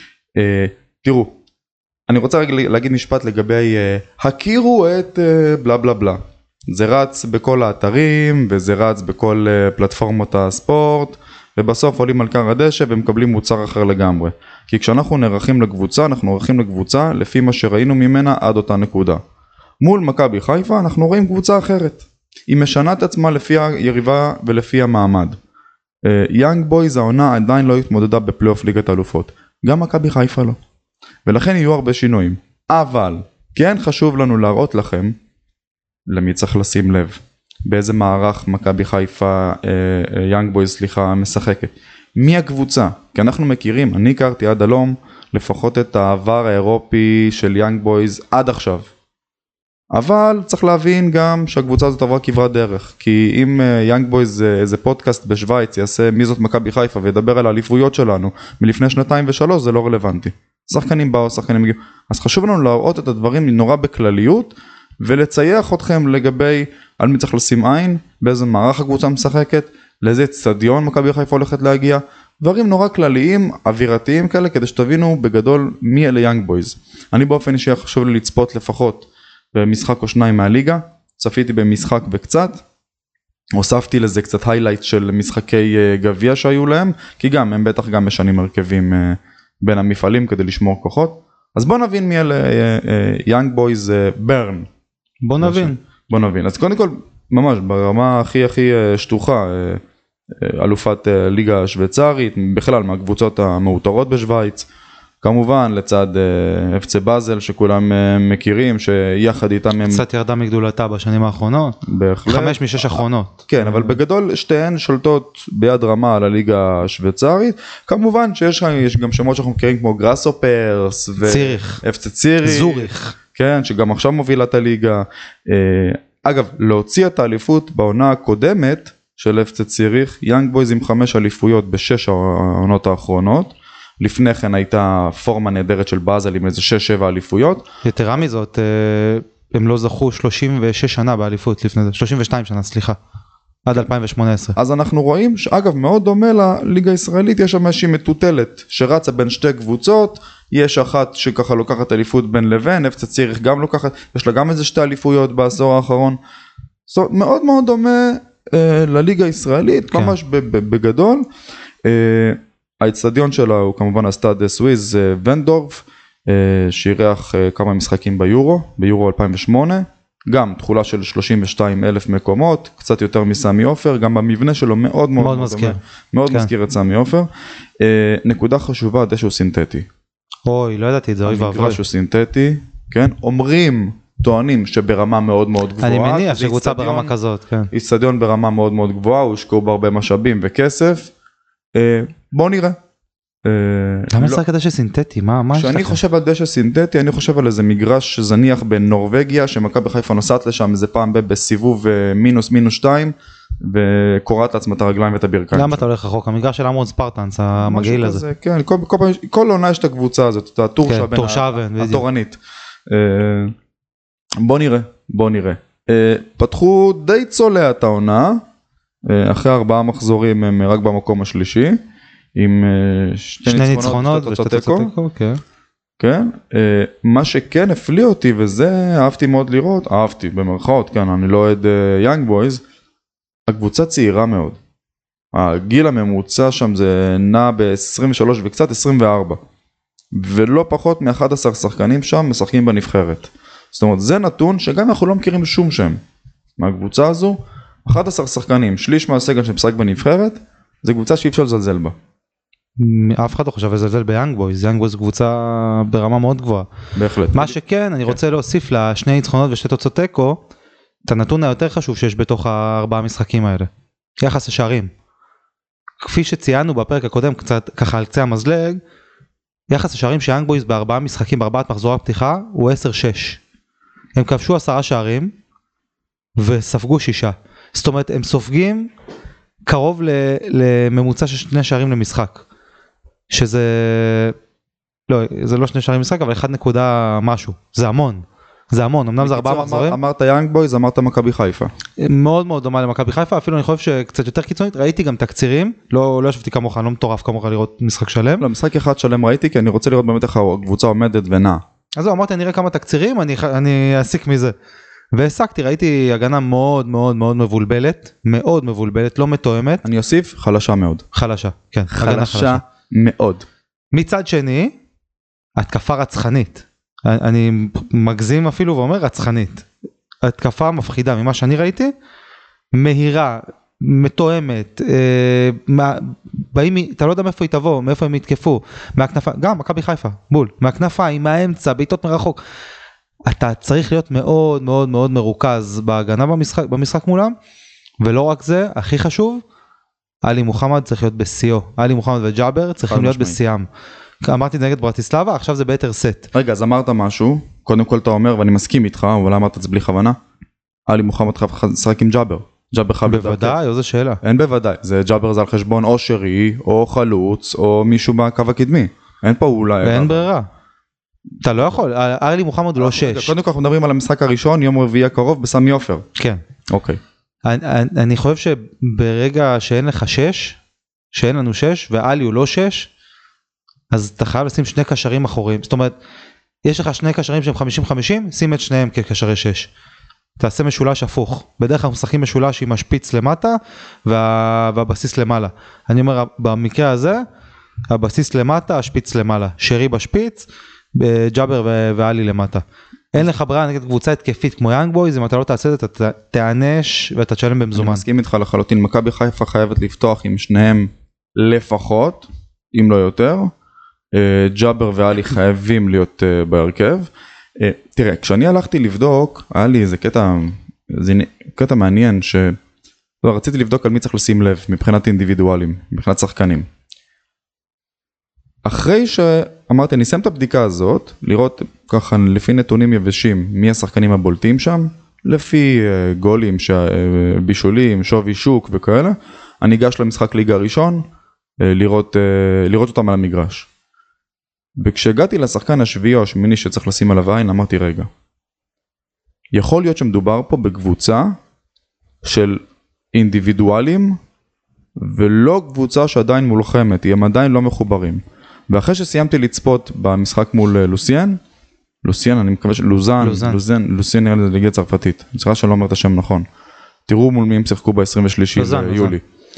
תראו, אני רוצה רגע להגיד משפט לגבי, הכירו את בלה בלה בלה, זה רץ בכל האתרים וזה רץ בכל פלטפורמות הספורט, ובסוף עולים על קר הדשא ומקבלים מוצר אחר לגמרי. כי כשאנחנו נערכים לקבוצה, אנחנו נערכים לקבוצה לפי מה שראינו ממנה עד אותה נקודה. מול מכבי חיפה אנחנו רואים קבוצה אחרת. היא משנה את עצמה לפי היריבה ולפי המעמד. יאנג בויז העונה עדיין לא התמודדה בפלייאוף ליגת האלופות. גם מכבי חיפה לא. ולכן יהיו הרבה שינויים. אבל כן חשוב לנו להראות לכם, למי צריך לשים לב. באיזה מערך מכבי חיפה, יאנג בויז סליחה, משחקת. מי הקבוצה? כי אנחנו מכירים, אני הכרתי עד הלום, לפחות את העבר האירופי של יאנג בויז עד עכשיו. אבל צריך להבין גם שהקבוצה הזאת עברה כברת דרך. כי אם יאנג בויז איזה פודקאסט בשוויץ יעשה מי זאת מכבי חיפה וידבר על האליפויות שלנו מלפני שנתיים ושלוש, זה לא רלוונטי. שחקנים באו, שחקנים הגיעו. אז חשוב לנו להראות את הדברים נורא בכלליות, ולצייח אתכם לגבי על מי צריך לשים עין, באיזה מערך הקבוצה משחקת, לאיזה צדיון מכבי חיפה הולכת להגיע, דברים נורא כלליים, אווירתיים כאלה, כדי שתבינו בגדול מי אלה יאנג בויז. אני באופן אישי חשוב לי לצפות לפחות במשחק או שניים מהליגה, צפיתי במשחק וקצת, הוספתי לזה קצת היילייט של משחקי גביע שהיו להם, כי גם הם בטח גם משנים הרכבים בין המפעלים כדי לשמור כוחות, אז בוא נבין מי אלה יאנג בויז ברן. בוא נבין. בוא נבין. אז קודם כל, ממש, ברמה הכי הכי שטוחה, אלופת ליגה שוויצרית, בכלל מהקבוצות המאותרות בשוויץ, כמובן לצד אף סי באזל שכולם מכירים, שיחד איתם הם... קצת ירדה מגדולתה בשנים האחרונות. בהחלט. חמש משש אחרונות. כן, אבל בגדול שתיהן שולטות ביד רמה על הליגה השוויצרית, כמובן שיש גם שמות שאנחנו מכירים כמו גראסופרס, ציריך. אף סי ציריך. זוריך. כן, שגם עכשיו מובילה את הליגה. אגב, להוציא את האליפות בעונה הקודמת של אף סי ציריך, יאנג בויז עם חמש אליפויות בשש העונות האחרונות, לפני כן הייתה פורמה נהדרת של באזל עם איזה שש שבע אליפויות. יתרה מזאת, הם לא זכו שלושים ושש שנה באליפות לפני זה, שלושים ושתיים שנה, סליחה. עד אלפיים ושמונה עשרה. אז אנחנו רואים שאגב מאוד דומה לליגה הישראלית, יש שם איזושהי מטוטלת שרצה בין שתי קבוצות, יש אחת שככה לוקחת אליפות בין לבין, נפצע ציריך גם לוקחת, יש לה גם איזה שתי אליפויות בעשור האחרון, זאת אומרת, מאוד מאוד דומה אה, לליגה הישראלית, כן. ממש בגדול, אה, האצטדיון שלה הוא כמובן הסטאד סוויז אה, ונדורף, אה, שאירח אה, כמה משחקים ביורו, ביורו אלפיים ושמונה, גם תחולה של שלושים ושתיים אלף מקומות, קצת יותר מסמי עופר, גם במבנה שלו מאוד מאוד, מאוד מזכיר, מאוד כן. מזכיר את סמי עופר. אה, נקודה חשובה, הדשא הוא סינתטי. אוי, לא ידעתי את זה, אוי ואבוי. המגרש הוא סינתטי, כן? אומרים, טוענים שברמה מאוד מאוד גבוהה. אני מניח שקבוצה ברמה כזאת, כן. אצטדיון ברמה מאוד מאוד גבוהה, הושקעו בהרבה משאבים וכסף. אה, בוא נראה. למה לשחק על דשא סינתטי? מה יש לכם? כשאני חושב על דשא סינתטי, אני חושב על איזה מגרש זניח בנורווגיה, שמכבי חיפה נוסעת לשם איזה פעם בסיבוב מינוס מינוס שתיים, וקוראת לעצמה את הרגליים ואת הברכיים. למה אתה הולך רחוק? המגרש של אמרון ספרטנס, המגעיל הזה. כן, כל עונה יש את הקבוצה הזאת, את התורשבן, התורנית. בוא נראה, בוא נראה. פתחו די צולע את העונה, אחרי ארבעה מחזורים הם רק במקום השלישי, עם שני ניצחונות ושתי תוצאות תיקו, כן. כן, מה שכן הפליא אותי, וזה אהבתי מאוד לראות, אהבתי במרכאות, כן, אני לא אוהד יאנג בויז, הקבוצה צעירה מאוד. הגיל הממוצע שם זה נע ב-עשרים ושלוש וקצת עשרים וארבע, ולא פחות מ-אחד עשר שחקנים שם משחקים בנבחרת. זאת אומרת, זה נתון שגם אנחנו לא מכירים שום שם מהקבוצה הזו, אחד עשר שחקנים, שליש מהסגל שמשחק בנבחרת, זה קבוצה שאי אפשר לזלזל בה. אף אחד לא חושב לזלזל ביאנג בויז, יאנג בויז קבוצה ברמה מאוד גבוהה. בהחלט. מה שכן, אני רוצה להוסיף לשני ניצחונות ושתי תוצאות תיקו, את הנתון היותר חשוב שיש בתוך הארבעה משחקים האלה. יחס השערים. כפי שציינו בפרק הקודם, קצת ככה על קצה המזלג, יחס השערים שיאנג בויז בארבעה משחקים, בארבעת מחזורי הפתיחה, הוא עשר שש. הם כבשו עשרה שערים, וספגו שישה. זאת אומרת, הם סופגים קרוב לממוצע של שני שערים למשחק. שזה, לא, זה לא שני שערים למשחק, אבל אחד נקודה משהו. זה המון. זה המון, אמנם זה ארבעה מחזורים. אמרת יאנג בויז, אמרת מכבי חיפה. מאוד מאוד דומה למכבי חיפה, אפילו אני חושב שקצת יותר קיצונית, ראיתי גם תקצירים, לא, לא ישבתי כמוך, אני לא מטורף כמוך לראות משחק שלם. לא, משחק אחד שלם ראיתי, כי אני רוצה לראות באמת איך הקבוצה עומדת ונע. אז זהו, אמרתי, אני אראה כמה תקצירים, אני, אני אסיק מזה. והעסקתי, ראיתי הגנה מאוד מאוד מאוד מבולבלת, מאוד מבולבלת, לא מתואמת. אני אוסיף, חלשה מאוד. חלשה, כן. חלשה, חלשה. מאוד. מצד שני, התקפה רצחנית. אני מגזים אפילו ואומר רצחנית. התקפה מפחידה ממה שאני ראיתי, מהירה, מתואמת, אה, מה, באים, אתה לא יודע מאיפה היא תבוא, מאיפה הם יתקפו, מהכנפה, גם מכבי חיפה, בול, מהכנפיים, מהאמצע, בעיטות מרחוק. אתה צריך להיות מאוד מאוד מאוד מרוכז בהגנה במשחק, במשחק מולם, ולא רק זה, הכי חשוב, עלי מוחמד צריך להיות בשיאו, עלי מוחמד וג'אבר צריכים להיות בשיאם. אמרתי נגד ברטיסלבה, עכשיו זה ביתר סט. רגע, אז אמרת משהו, קודם כל אתה אומר, ואני מסכים איתך, אבל אמרת את זה בלי כוונה, עלי מוחמד חייב לשחק עם ג'אבר. ג'אבר חייב לדעת. בוודאי, איזו שאלה. אין בוודאי, זה ג'אבר זה על חשבון או שרי, או חלוץ, או מישהו בקו הקדמי. אין פה אולי. אין ברירה. אתה לא יכול, עלי מוחמד הוא לא שש. קודם כל אנחנו מדברים על המשחק הראשון, יום רביעי הקרוב בסמי עופר. כן. אוקיי. אני, אני חושב שברגע שאין לך שש, שאין לנו שש, ועלי הוא לא שש, אז אתה חייב לשים שני קשרים אחוריים. זאת אומרת, יש לך שני קשרים שהם חמישים חמישים, שים את שניהם כקשרי שש. תעשה משולש הפוך. בדרך כלל אנחנו משחקים משולש עם השפיץ למטה, וה, והבסיס למעלה. אני אומר, במקרה הזה, הבסיס למטה, השפיץ למעלה. שרי בשפיץ, ג'אבר ואלי למטה. אין לך ברירה נגד קבוצה התקפית כמו יאנג בויז, אם אתה לא תעשה את זה, אתה תענש ואתה תשלם במזומן. אני מסכים איתך לחלוטין, מכבי חיפה חייבת לפתוח עם שניהם לפחות, אם לא יותר. ג'אבר ואלי חייבים להיות בהרכב. תראה, כשאני הלכתי לבדוק, היה לי איזה קטע, זה קטע מעניין, שרציתי לבדוק על מי צריך לשים לב, מבחינת אינדיבידואלים, מבחינת שחקנים. אחרי שאמרתי, אני אסיים את הבדיקה הזאת, לראות ככה לפי נתונים יבשים, מי השחקנים הבולטים שם, לפי גולים, בישולים, שווי שוק וכאלה, אני אגש למשחק ליגה הראשון, לראות, לראות אותם על המגרש. וכשהגעתי לשחקן השביעי או השמיני שצריך לשים עליו עין, אמרתי רגע, יכול להיות שמדובר פה בקבוצה של אינדיבידואלים, ולא קבוצה שעדיין מולחמת, הם עדיין לא מחוברים. ואחרי שסיימתי לצפות במשחק מול לוסיאן, לוסיאן, אני מקווה שלוזן, לוזן. לוזן, לוסיאן נראה לי ליגה צרפתית, אני צריכה שלא אומר את השם נכון. תראו מול מי הם שיחקו ב-עשרים ושלושה ביולי.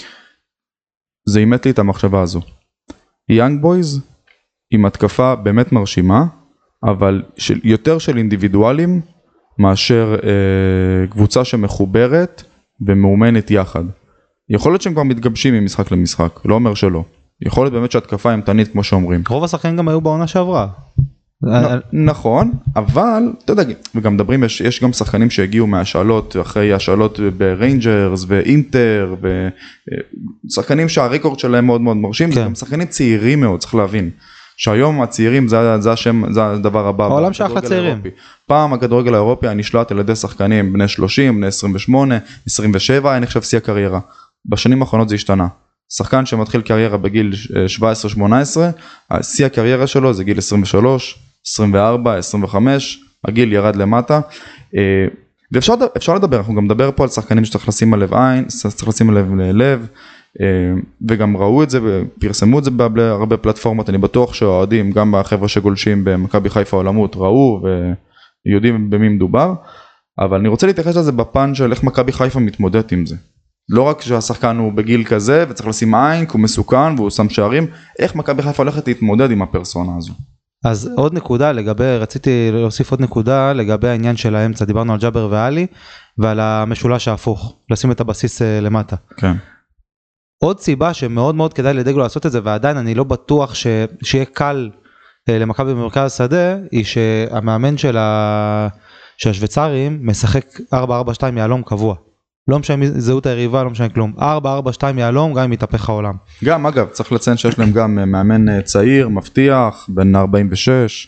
זה אימת לי את המחשבה הזו. יאנג בויז עם התקפה באמת מרשימה, אבל של, יותר של אינדיבידואלים מאשר אה, קבוצה שמחוברת ומאומנת יחד. יכול להיות שהם כבר מתגבשים ממשחק למשחק, לא אומר שלא. יכול להיות באמת שהתקפה אימתנית כמו שאומרים. רוב השחקנים גם היו בעונה שעברה. נכון, אבל אתה יודע, וגם מדברים, יש, יש גם שחקנים שהגיעו מהשאלות, אחרי השאלות בריינג'רס ואינטר, ושחקנים שהריקורד שלהם מאוד מאוד מרשים, כן. זה גם שחקנים צעירים מאוד, צריך להבין. שהיום הצעירים זה, זה השם, זה הדבר הבא. העולם שאחלה צעירים. האירופי. פעם הכדורגל האירופי היה נשלט על ידי שחקנים בני שלושים, בני עשרים ושמונה, עשרים ושבע, היה נחשב שיא הקריירה. בשנים האחרונות זה השתנה. שחקן שמתחיל קריירה בגיל שבע עשרה שמונה עשרה, שיא הקריירה שלו זה גיל עשרים ושלוש, עשרים וארבע, עשרים וחמש, הגיל ירד למטה. ואפשר אפשר לדבר, אנחנו גם נדבר פה על שחקנים שצריך לשים עליו עין, צריך לשים עליו לב, וגם ראו את זה ופרסמו את זה בהרבה פלטפורמות, אני בטוח שהאוהדים, גם החבר'ה שגולשים במכבי חיפה עולמות, ראו ויודעים במי מדובר, אבל אני רוצה להתייחס לזה בפן של איך מכבי חיפה מתמודדת עם זה. לא רק שהשחקן הוא בגיל כזה וצריך לשים עין, כי הוא מסוכן והוא שם שערים, איך מכבי חיפה הולכת להתמודד עם הפרסונה הזו. אז עוד נקודה לגבי, רציתי להוסיף עוד נקודה לגבי העניין של האמצע, דיברנו על ג'אבר ואלי, ועל המשולש ההפוך, לשים את הבסיס למטה. כן. עוד סיבה שמאוד מאוד כדאי לדגלו לעשות את זה, ועדיין אני לא בטוח ש... שיהיה קל למכבי במרכז השדה, היא שהמאמן של, ה... של השוויצרים משחק ארבע ארבע שתיים יעלום קבוע. לא משנה זהות היריבה, לא משנה כלום. ארבע ארבע שתיים יעלום, גם אם יתהפך העולם. גם, אגב, צריך לציין שיש להם גם מאמן צעיר, מבטיח, בן ארבעים ושש.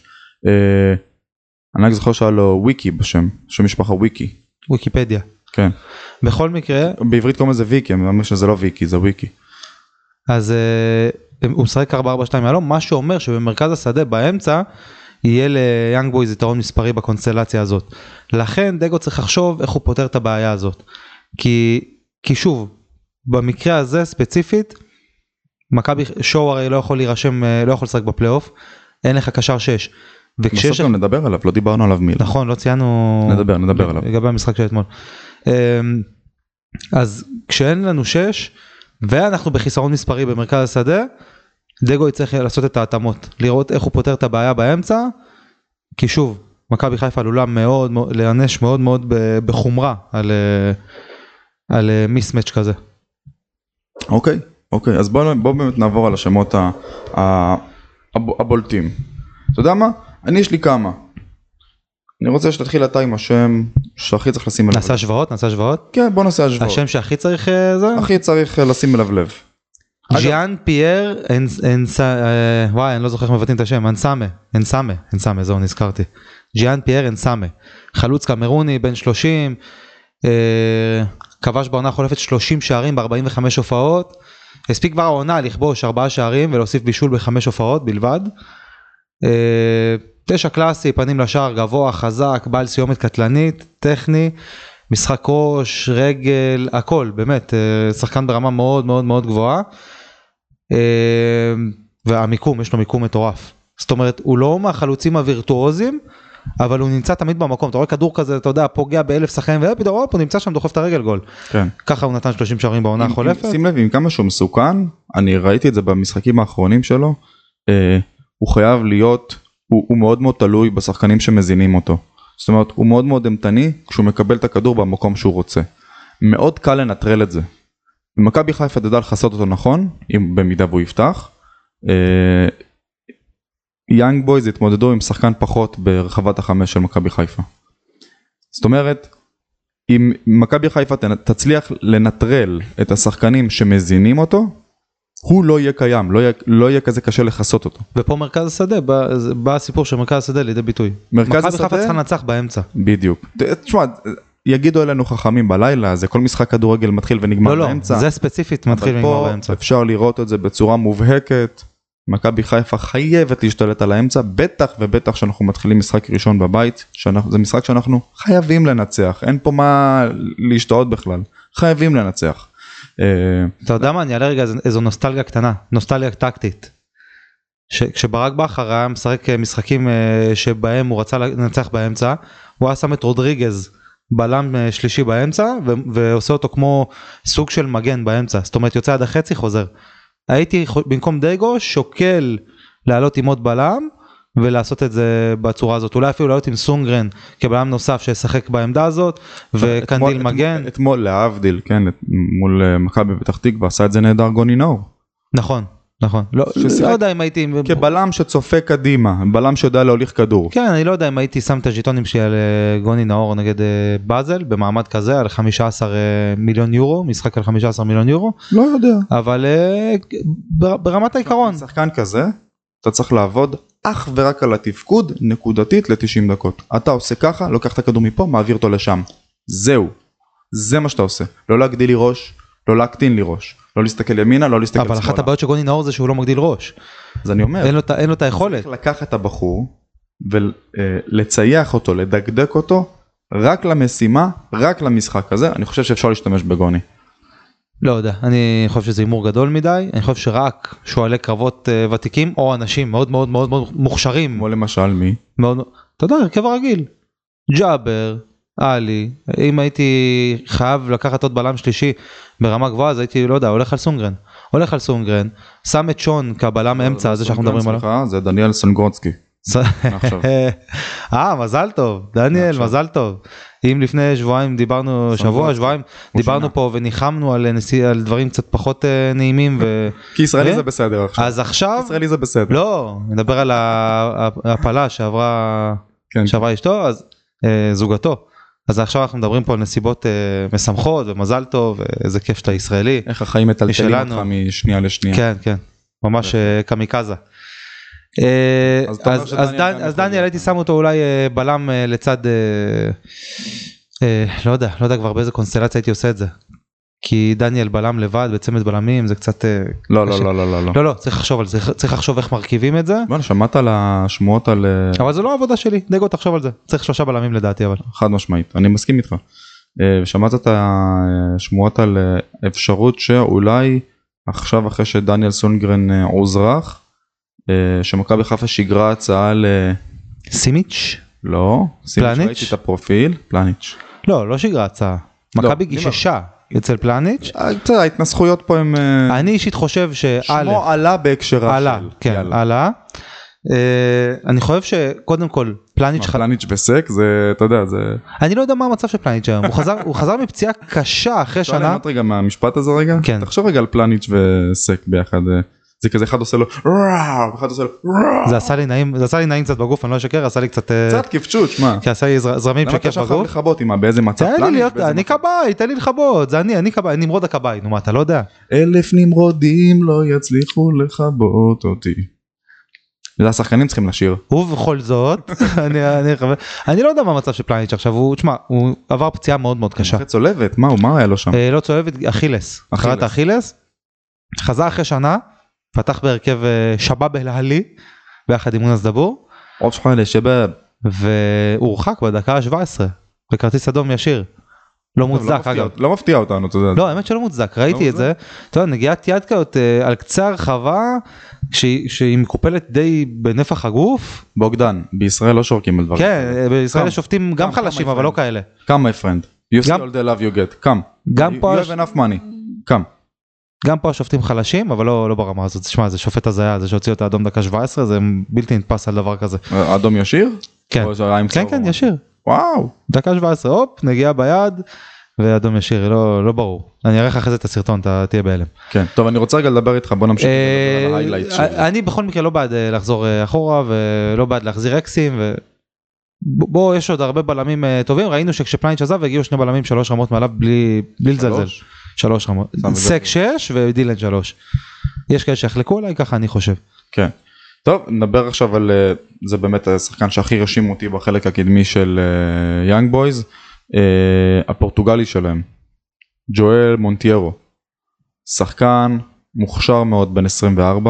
אני זוכר שהיה לו וויקי בשם, שם משפחה וויקי. וויקיפדיה. כן. בכל מקרה... בעברית קוראים לזה ויקי, אני אומר שזה לא ויקי, זה וויקי. אז הוא משחק ארבע ארבע שתיים יעלום, מה שאומר שבמרכז השדה, באמצע, יהיה ליאנג בויז יתרון מספרי בקונסטלציה הזאת. לכן דגו צריך לחשוב איך הוא פותר את הבעיה הזאת. כי, כי שוב, במקרה הזה ספציפית, מכבי שואו הרי לא יכול להירשם, לא יכול לשחק בפלייאוף, אין לך קשר שש. בסוף גם נדבר עליו, לא דיברנו עליו מילה. נכון, לא ציינו... נדבר, נדבר עליו. לגבי המשחק של אתמול. אז כשאין לנו שש, ואנחנו בחיסרון מספרי במרכז השדה, דגו יצטרך לעשות את ההתאמות, לראות איך הוא פותר את הבעיה באמצע, כי שוב, מכבי חיפה עלולה מאוד, להיענש מאוד מאוד בחומרה על, על מיסמץ' כזה. אוקיי, אוקיי, אז בואו בוא באמת נעבור על השמות הבולטים. אתה יודע מה? אני יש לי כמה. אני רוצה שתתחיל אתה עם השם שהכי צריך לשים אליו. נעשה השוואות? נעשה השוואות? כן, בוא נעשה השוואות. השם שהכי צריך זה? הכי צריך לשים אליו לב. ז'אן פייר, וואי, אני לא זוכר איך מבטאים את השם, אנסאמה, אנסאמה, אנסאמה, זהו, נזכרתי. ז'אן פייר אנסאמה, חלוץ קמרוני, בן שלושים, כבש בעונה חולפת שלושים שערים ב-ארבעים וחמש הופעות, הספיק כבר העונה לכבוש ארבעה שערים ולהוסיף בישול בחמש הופעות בלבד. תשע קלאסי, פנים לשער, גבוה, חזק, בעל סיומת קטלנית, טכני, משחק ראש, רגל, הכל, באמת, שחקן ברמה מאוד מאוד מאוד גבוהה, והמיקום, יש לו מיקום מטורף. זאת אומרת, הוא לא מהחלוצים הווירטואוזים, אבל הוא נמצא תמיד במקום. אתה רואה כדור כזה, אתה יודע, פוגע באלף שחקנים, ופתאום, הוא נמצא שם, דוחף את הרגל גול. כן. ככה הוא נתן שלושים שערים בעונה החולפת. שים לב, עם כמה שהוא מסוכן, אני ראיתי את זה במשחקים האחרונים שלו, הוא חייב להיות, הוא, הוא מאוד מאוד תלוי בשחקנים שמזינים אותו. זאת אומרת, הוא מאוד מאוד אמתני כשהוא מקבל את הכדור במקום שהוא רוצה. מאוד קל לנטרל את זה. מכבי חיפה תדע לחסות אותו נכון, אם במידה והוא יפתח. יאנג בויז התמודדו עם שחקן פחות ברחבת החמש של מכבי חיפה. זאת אומרת, אם מכבי חיפה תצליח לנטרל את השחקנים שמזינים אותו, הוא לא יהיה קיים, לא יהיה, לא יהיה כזה קשה לחסות אותו. ופה מרכז השדה, בא, בא הסיפור של מרכז השדה לידי ביטוי. מרכז השדה... מכבי חיפה צריכה לנצח באמצע. בדיוק. תשמע, יגידו אלינו חכמים בלילה, זה כל משחק כדורגל מתחיל ונגמר לא, באמצע. לא, זה ספציפית מתחיל ונגמר באמצע. אפשר לראות את זה בצורה מובהקת. מכבי חיפה חייבת להשתלט על האמצע, בטח ובטח שאנחנו מתחילים משחק ראשון בבית, שאנחנו, זה משחק שאנחנו חייבים לנצח, אין פה מה להשתאות בכלל. חייבים לנצח. אתה יודע מה, אני אעלה רגע איזו נוסטלגיה קטנה, נוסטלגיה טקטית. כשברק בכר היה משחק משחקים שבהם הוא רצה לנצח באמצע, הוא היה שם את רודריגז בלם שלישי באמצע, ועושה אותו כמו סוג של מגן באמצע, זאת אומרת יוצא עד החצי חוזר. הייתי במקום דייגו שוקל לעלות עם עוד בלם, ולעשות את זה בצורה הזאת, אולי אפילו לעלות עם סונגרן כבלם נוסף שישחק בעמדה הזאת, וקנדיל מגן. אתמול להבדיל, כן, מול מכבי פתח תקווה, עשה את זה נהדר גוני נאור. נכון. נכון, לא, לא יודע אם הייתי... כבלם שצופה קדימה, בלם שיודע להוליך כדור. כן, אני לא יודע אם הייתי שם את הז'יטונים שלי על גוני נאור נגד באזל, במעמד כזה, על חמישה עשר מיליון יורו, משחק על חמישה עשר מיליון יורו. לא יודע. אבל ברמת העיקרון. שחקן כזה, אתה צריך לעבוד אך ורק על התפקוד, נקודתית ל-תשעים דקות. אתה עושה ככה, לוקח את הכדור מפה, מעביר אותו לשם. זהו. זה מה שאתה עושה. לא להגדיל לי ראש, לא להקטין לי ראש. לא להסתכל ימינה, לא להסתכל שמאלה. אבל אחת הבעיות של גוני נאור זה שהוא לא מגדיל ראש. אז אני אומר. אין לו, אין לו את היכולת. צריך לקחת את הבחור ולצייח אותו, לדקדק אותו, רק למשימה, רק למשחק הזה. אני חושב שאפשר להשתמש בגוני. לא יודע, אני חושב שזה אימור גדול מדי. אני חושב שרק שואלי קרבות ותיקים, או אנשים מאוד מאוד מאוד מאוד מוכשרים. כמו למשל מי? מאוד, אתה יודע, הרכב הרגיל. ג'אבר, אלי, אם הייתי חייב לקחת עוד בלם שלישי ברמה גבוהה, אז הייתי, לא יודע, הולך על סונגרן. הולך על סונגרן, שם את שון כבלם אמצע, זה שאנחנו מדברים עליו. זה דניאל סנגורצקי. אה, מזל טוב, דניאל, מזל טוב. אם לפני שבועיים דיברנו, שבוע, שבועיים, דיברנו פה וניחמנו על דברים קצת פחות נעימים. כי ישראלי זה בסדר עכשיו. אז עכשיו... ישראלי זה בסדר. לא, נדבר על הפלה שעברה אשתו, אז זוגתו. אז עכשיו אנחנו מדברים פה על נסיבות משמחות ומזל טוב, ואיזה כיף שאתה ישראלי. איך החיים מטלטלים אותך משנייה לשנייה. כן, כן, ממש קמיקזה. אז דניאל הייתי שם אותו אולי בלם לצד, לא יודע, לא יודע כבר באיזה קונסטלציה הייתי עושה את זה. כי דניאל בלם לבד בצמד בלמים זה קצת... לא, לא, לא, לא, לא. לא, לא, צריך לחשוב על זה, צריך לחשוב איך מרכיבים את זה. בוא'נה, שמעת על השמועות על... אבל זה לא העבודה שלי, דגו תחשוב על זה. צריך שלושה בלמים לדעתי, אבל. חד משמעית, אני מסכים איתך. שמעת את השמועות על אפשרות שאולי עכשיו אחרי שדניאל סונגרן עוזרח, שמכבי חיפה שיגרה הצעה ל... סימיץ'? לא, סימיץ' ראיתי את הפרופיל, פלניץ'. לא, לא שיגרה הצעה. מכבי גיששה אצל פלניץ'. ההתנסחויות פה הם... אני אישית חושב ש... שמו עלה בהקשרה עלה, כן, עלה. אני חושב שקודם כל פלניץ' פלניץ' וסק זה, אתה יודע, זה... אני לא יודע מה המצב של פלניץ' היום. הוא חזר מפציעה קשה אחרי שנה. אפשר לראות רגע מהמשפט הזה רגע? כן. תחשוב רגע על פלניץ' וסק ביחד. זה כזה אחד עושה לו ראו, אחד עושה לו ראו. זה עשה לי נעים, זה עשה לי נעים קצת בגוף, אני לא אשקר, עשה לי קצת... קצת כפצ'וץ', מה? כי עשה לי זרמים של כיף בגוף. למה אתה שחר לחבות עם באיזה מצב פלניץ'? אני קבאי, תן לי לחבות, זה אני, אני קבאי, נמרוד הקבאי, נו מה, אתה לא יודע? אלף נמרודים לא יצליחו לחבות אותי. זה השחקנים צריכים לשיר. ובכל זאת, אני לא יודע מה המצב של פלניץ' עכשיו, הוא, תשמע, הוא עבר פציעה מאוד מאוד קשה. צולבת, מה, מה היה לו שם? לא צולבת, אכילס. חרת אכילס. חזר אחרי שנה, פתח בהרכב שבאב אל-אהלי, ביחד עם מונס דבור. עוד שחיילה, שבאב. והוא הורחק בדקה ה-שבע עשרה, בכרטיס אדום ישיר. לא מוצדק, אגב. לא מפתיע אותנו, אתה יודע. לא, האמת שלא מוצדק, ראיתי את זה. אתה יודע, נגיעת יד כאות על קצה הרחבה, שהיא מקופלת די בנפח הגוף. בוגדן, בישראל לא שורקים על דברים. כן, בישראל שופטים גם חלשים, אבל לא כאלה. Come my friend, you see all the love you get, come. גם פה... You have enough money, come. גם פה השופטים חלשים, אבל לא, לא ברמה הזאת. תשמע, זה שופט הזיה, זה שהוציא אותה אדום דקה שבע עשרה, זה בלתי נתפס על דבר כזה. אדום ישיר? כן, כן, כן, ישיר. וואו. דקה שבע עשרה, הופ, נגיעה ביד, ואדום ישיר, לא, לא ברור. אני אראה לך אחרי זה את הסרטון, אתה תהיה בהלם. כן, טוב, אני רוצה רגע לדבר איתך, בוא נמשיך לדבר על ההיילייט שלי. אני בכל מקרה לא בעד לחזור אחורה, ולא בעד להחזיר אקסים, ו... בוא, יש עוד הרבה בלמים טובים, ראינו שכשפלניץ' עזב, הגיעו שני בלמים שלוש רמות מעליו, בלי, בלי לזלזל. שלוש רמות, סק שש ודילן שלוש. יש כאלה שיחלקו עליי, ככה אני חושב. כן. טוב, נדבר עכשיו על, זה באמת השחקן שהכי רשים אותי בחלק הקדמי של יאנג בויז, הפורטוגלי שלהם, ג'ואל מונטיירו. שחקן מוכשר מאוד בן עשרים וארבע.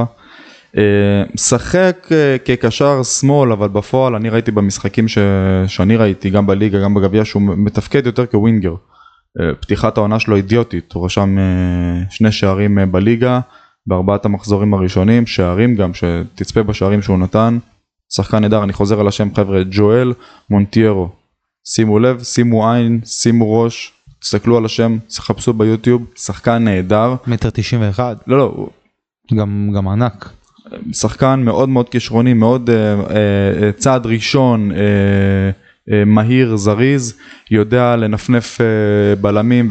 משחק כקשר שמאל, אבל בפועל אני ראיתי במשחקים ש... שאני ראיתי, גם בליגה, גם בגביע, שהוא מתפקד יותר כווינגר. פתיחת העונה שלו אידיוטית, הוא רשם שני שערים בליגה, בארבעת המחזורים הראשונים, שערים גם, שתצפה בשערים שהוא נתן, שחקן נהדר, אני חוזר על השם חבר'ה, ג'ואל מונטיירו, שימו לב, שימו עין, שימו ראש, תסתכלו על השם, תחפשו ביוטיוב, שחקן נהדר. מטר תשעים ואחת. לא, לא. גם, גם ענק. שחקן מאוד מאוד כישרוני, מאוד אה, אה, צעד ראשון, אה, אה, מהיר, זריז, יודע לנפנף אה, בלמים,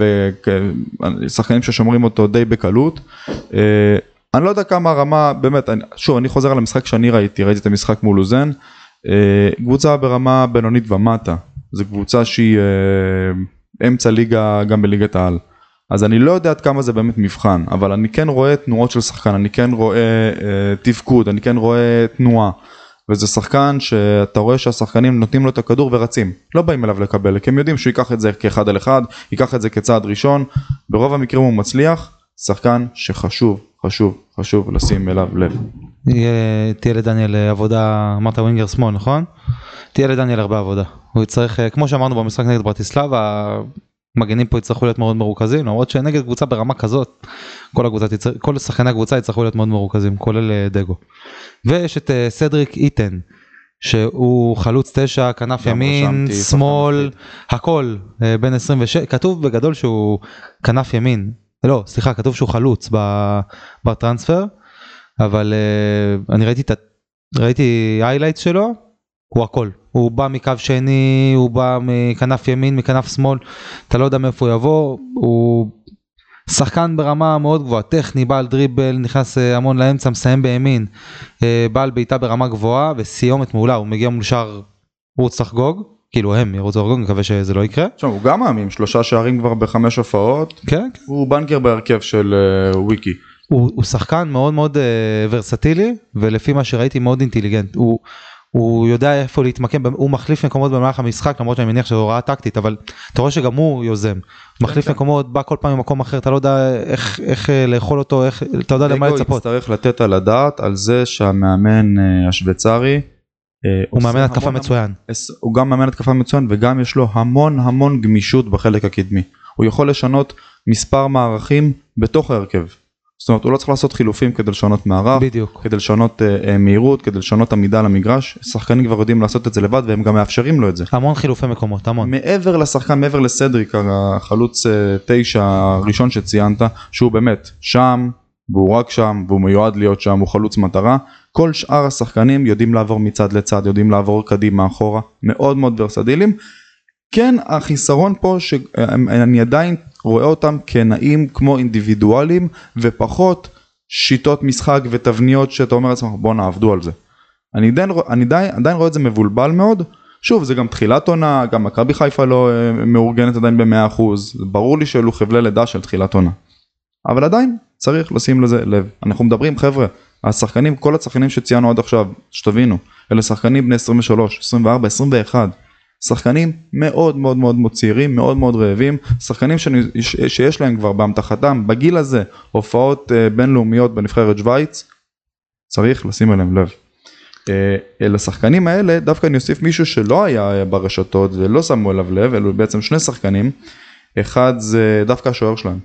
ושחקנים ששומרים אותו די בקלות. אה, אני לא יודע כמה הרמה, באמת, אני, שוב, אני חוזר על המשחק שאני ראיתי, ראיתי את המשחק מול לוזן, אה, קבוצה ברמה בינונית ומטה, זו קבוצה שהיא אה, אמצע ליגה, גם בליגת העל. אז אני לא יודע עד כמה זה באמת מבחן, אבל אני כן רואה תנועות של שחקן, אני כן רואה אה, תפקוד, אני כן רואה תנועה, וזה שחקן שאתה רואה שהשחקנים נותנים לו את הכדור ורצים, לא באים אליו לקבל, כי הם יודעים שהוא ייקח את זה כאחד על אחד, ייקח את זה כצעד ראשון, ברוב המקרים הוא מצליח, שחקן שחשוב, חשוב, חשוב לשים אליו לב. תהיה לדניאל עבודה, אמרת ווינגר שמאל, נכון? תהיה לדניאל הרבה עבודה, הוא יצטרך, כמו שאמרנו במשחק נגד ברטיסלבה, מגנים פה יצטרכו להיות מאוד מרוכזים, למרות שנגד קבוצה ברמה כזאת, כל הקבוצה, כל שחקני הקבוצה יצטרכו להיות מאוד מרוכזים, כולל דגו. ויש את סדריק איתן, שהוא חלוץ תשע, כנף ימין, שמאל, הכל, בין עשרים ושש, כתוב בגדול שהוא כנף ימין, לא, סליחה, כתוב שהוא חלוץ בטרנספר, אבל אני ראיתי, ראיתי היילייטס שלו, הוא הכל, הוא בא מקו שני, הוא בא מכנף ימין, מכנף שמאל, אתה לא יודע מאיפה הוא יבוא, הוא שחקן ברמה מאוד גבוהה, טכני, בעל דריבל, נכנס המון לאמצע, מסיים בימין, בעל בעיטה ברמה גבוהה, וסיומת מעולה, הוא מגיע מול שער, הוא צריך גוג, כאילו הם ירוצו לחגוג, מקווה שזה לא יקרה. עכשיו, הוא גם מאמין, שלושה שערים כבר בחמש הופעות, כן. הוא בנקר בהרכב של uh, וויקי. הוא, הוא שחקן מאוד מאוד uh, ורסטילי, ולפי מה שראיתי מאוד אינטליגנט, הוא... הוא יודע איפה להתמקם, הוא מחליף מקומות במהלך המשחק, למרות שאני מניח שזו הוראה טקטית, אבל אתה רואה שגם הוא יוזם, מחליף מקומות, בא כל פעם ממקום אחר, אתה לא יודע איך, איך לאכול אותו, איך, אתה יודע למה לצפות. דגו יצטרך לתת על הדעת על זה שהמאמן השוויצרי, הוא מאמן התקפה מצוין. הוא גם מאמן התקפה מצוין, וגם יש לו המון המון גמישות בחלק הקדמי. הוא יכול לשנות מספר מערכים בתוך ההרכב. זאת אומרת, הוא לא צריך לעשות חילופים כדי לשנות מערך, בדיוק. כדי לשנות uh, מהירות, כדי לשנות עמידה למגרש, שחקנים כבר יודעים לעשות את זה לבד, והם גם מאפשרים לו את זה. המון חילופי מקומות, המון. מעבר לשחקן, מעבר לסדריק, החלוץ uh, תשע הראשון שציינת, שהוא באמת שם, והוא רק שם, והוא מיועד להיות שם, הוא חלוץ מטרה, כל שאר השחקנים יודעים לעבור מצד לצד, יודעים לעבור קדימה אחורה, מאוד מאוד ורסטיליים. כן, החיסרון פה, שאני עדיין רואה אותם כנעים כמו אינדיבידואלים, ופחות שיטות משחק ותבניות שאתה אומר לעצמך, בוא נעבדו על זה. אני עדיין, אני עדיין, עדיין רואה את זה מבולבל מאוד, שוב, זה גם תחילת עונה, גם מכבי חיפה לא מאורגנת עדיין ב-מאה אחוז, ברור לי שאלו חבלי לידה של תחילת עונה. אבל עדיין צריך לשים לזה לב. אנחנו מדברים, חבר'ה, השחקנים, כל השחקנים שציינו עד עכשיו, שתבינו, אלה שחקנים בני עשרים ושלוש, עשרים וארבע, עשרים ואחת, שחקנים מאוד מאוד מאוד מאוד צעירים, מאוד מאוד רעבים, שחקנים ש... שיש להם כבר באמתחתם, בגיל הזה, הופעות בינלאומיות בנבחרת שוויץ, צריך לשים אליהם לב. אל השחקנים האלה, דווקא אני אוסיף מישהו שלא היה ברשתות ולא שמו אליו לב, אלו בעצם שני שחקנים, אחד זה דווקא השוער שלהם,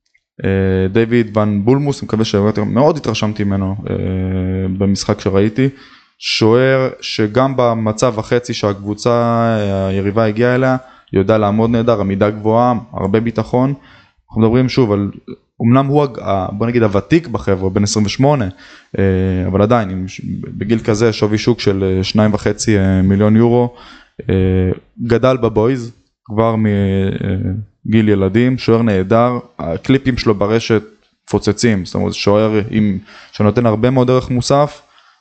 דיוויד ון בולמוס, אני מקווה שמאוד התרשמתי ממנו במשחק שראיתי, שוער שגם במצב החצי שהקבוצה היריבה הגיעה אליה, יודע לעמוד נהדר, עמידה גבוהה, הרבה ביטחון, אנחנו מדברים שוב על, אמנם הוא, בוא נגיד הוותיק בחבר'ה, בן עשרים ושמונה, אבל עדיין, בגיל כזה שווי שוק של שניים וחצי מיליון יורו, גדל בבויז, כבר מגיל ילדים, שוער נהדר, הקליפים שלו ברשת פוצצים, זאת אומרת שוער עם, שנותן הרבה מאוד ערך מוסף,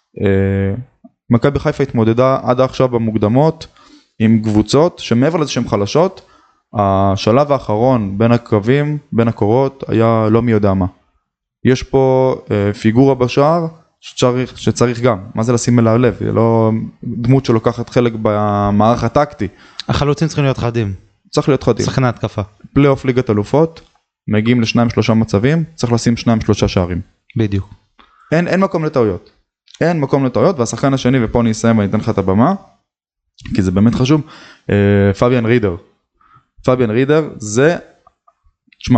מכבי חיפה התמודדה עד עכשיו במוקדמות עם קבוצות שמעבר לזה שהן חלשות, השלב האחרון בין הקווים, בין הקורות, היה לא מי יודע מה. יש פה פיגורה בשער שצריך, שצריך גם, מה זה לשים אליו לב, זה לא דמות שלוקחת חלק במערך הטקטי. החלוצים צריכים להיות חדים. צריך להיות חדים. שחקני התקפה. פלייאוף ליגת אלופות, מגיעים לשניים שלושה מצבים, צריך לשים שניים שלושה שערים. בדיוק. אין, אין מקום לטעויות. אין מקום לטעויות, והשחקן השני, ופה אני אסיים ואני אתן לך את הבמה, כי זה באמת חשוב, פאביאן רידר. פאביאן רידר זה תשמע,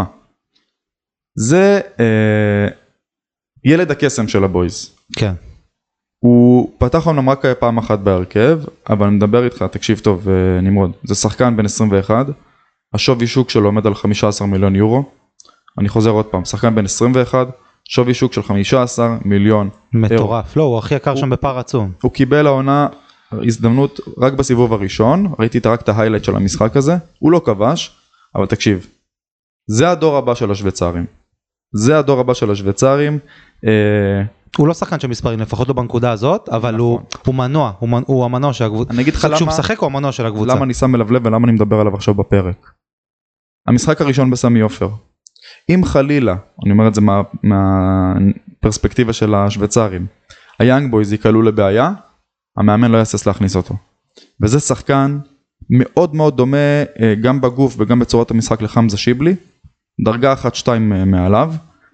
זה אה, ילד הקסם של הבויז. כן. הוא פתח אומנם רק פעם אחת בהרכב, אבל אני מדבר איתך, תקשיב טוב נמרוד, זה שחקן בן עשרים ואחת, השווי שוק שלו עומד על חמישה עשר מיליון יורו, אני חוזר עוד פעם, שחקן בן עשרים ואחת, שווי שוק של חמישה עשר מיליון מטורף, לא, הוא הכי יקר שם בפער עצום. הוא קיבל העונה הזדמנות רק בסיבוב הראשון, ראיתי רק את ההיילייט של המשחק הזה, הוא לא כבש, אבל תקשיב, זה הדור הבא של השוויצרים, זה הדור הבא של השוויצרים, הוא לא שחקן של מספרים, לפחות לא בנקודה הזאת, אבל הוא מנוע, הוא המנוע של הקבוצה. אני אגיד לך למה, כשהוא משחק הוא המנוע של הקבוצה. למה אני שם מלבלב ולמה אני מדבר עליו עכשיו בפרק. המשחק הראשון בסמי עופר, אם חלילה, אני אומר את זה מהפרספקטיבה של השוויצרים, היאנג בויז יקלעו לבעיה, המאמן לא יסס להכניס אותו. וזה שחקן מאוד מאוד דומה גם בגוף וגם בצורת המשחק לחמזה שיבלי, דרגה אחת שתיים מעליו,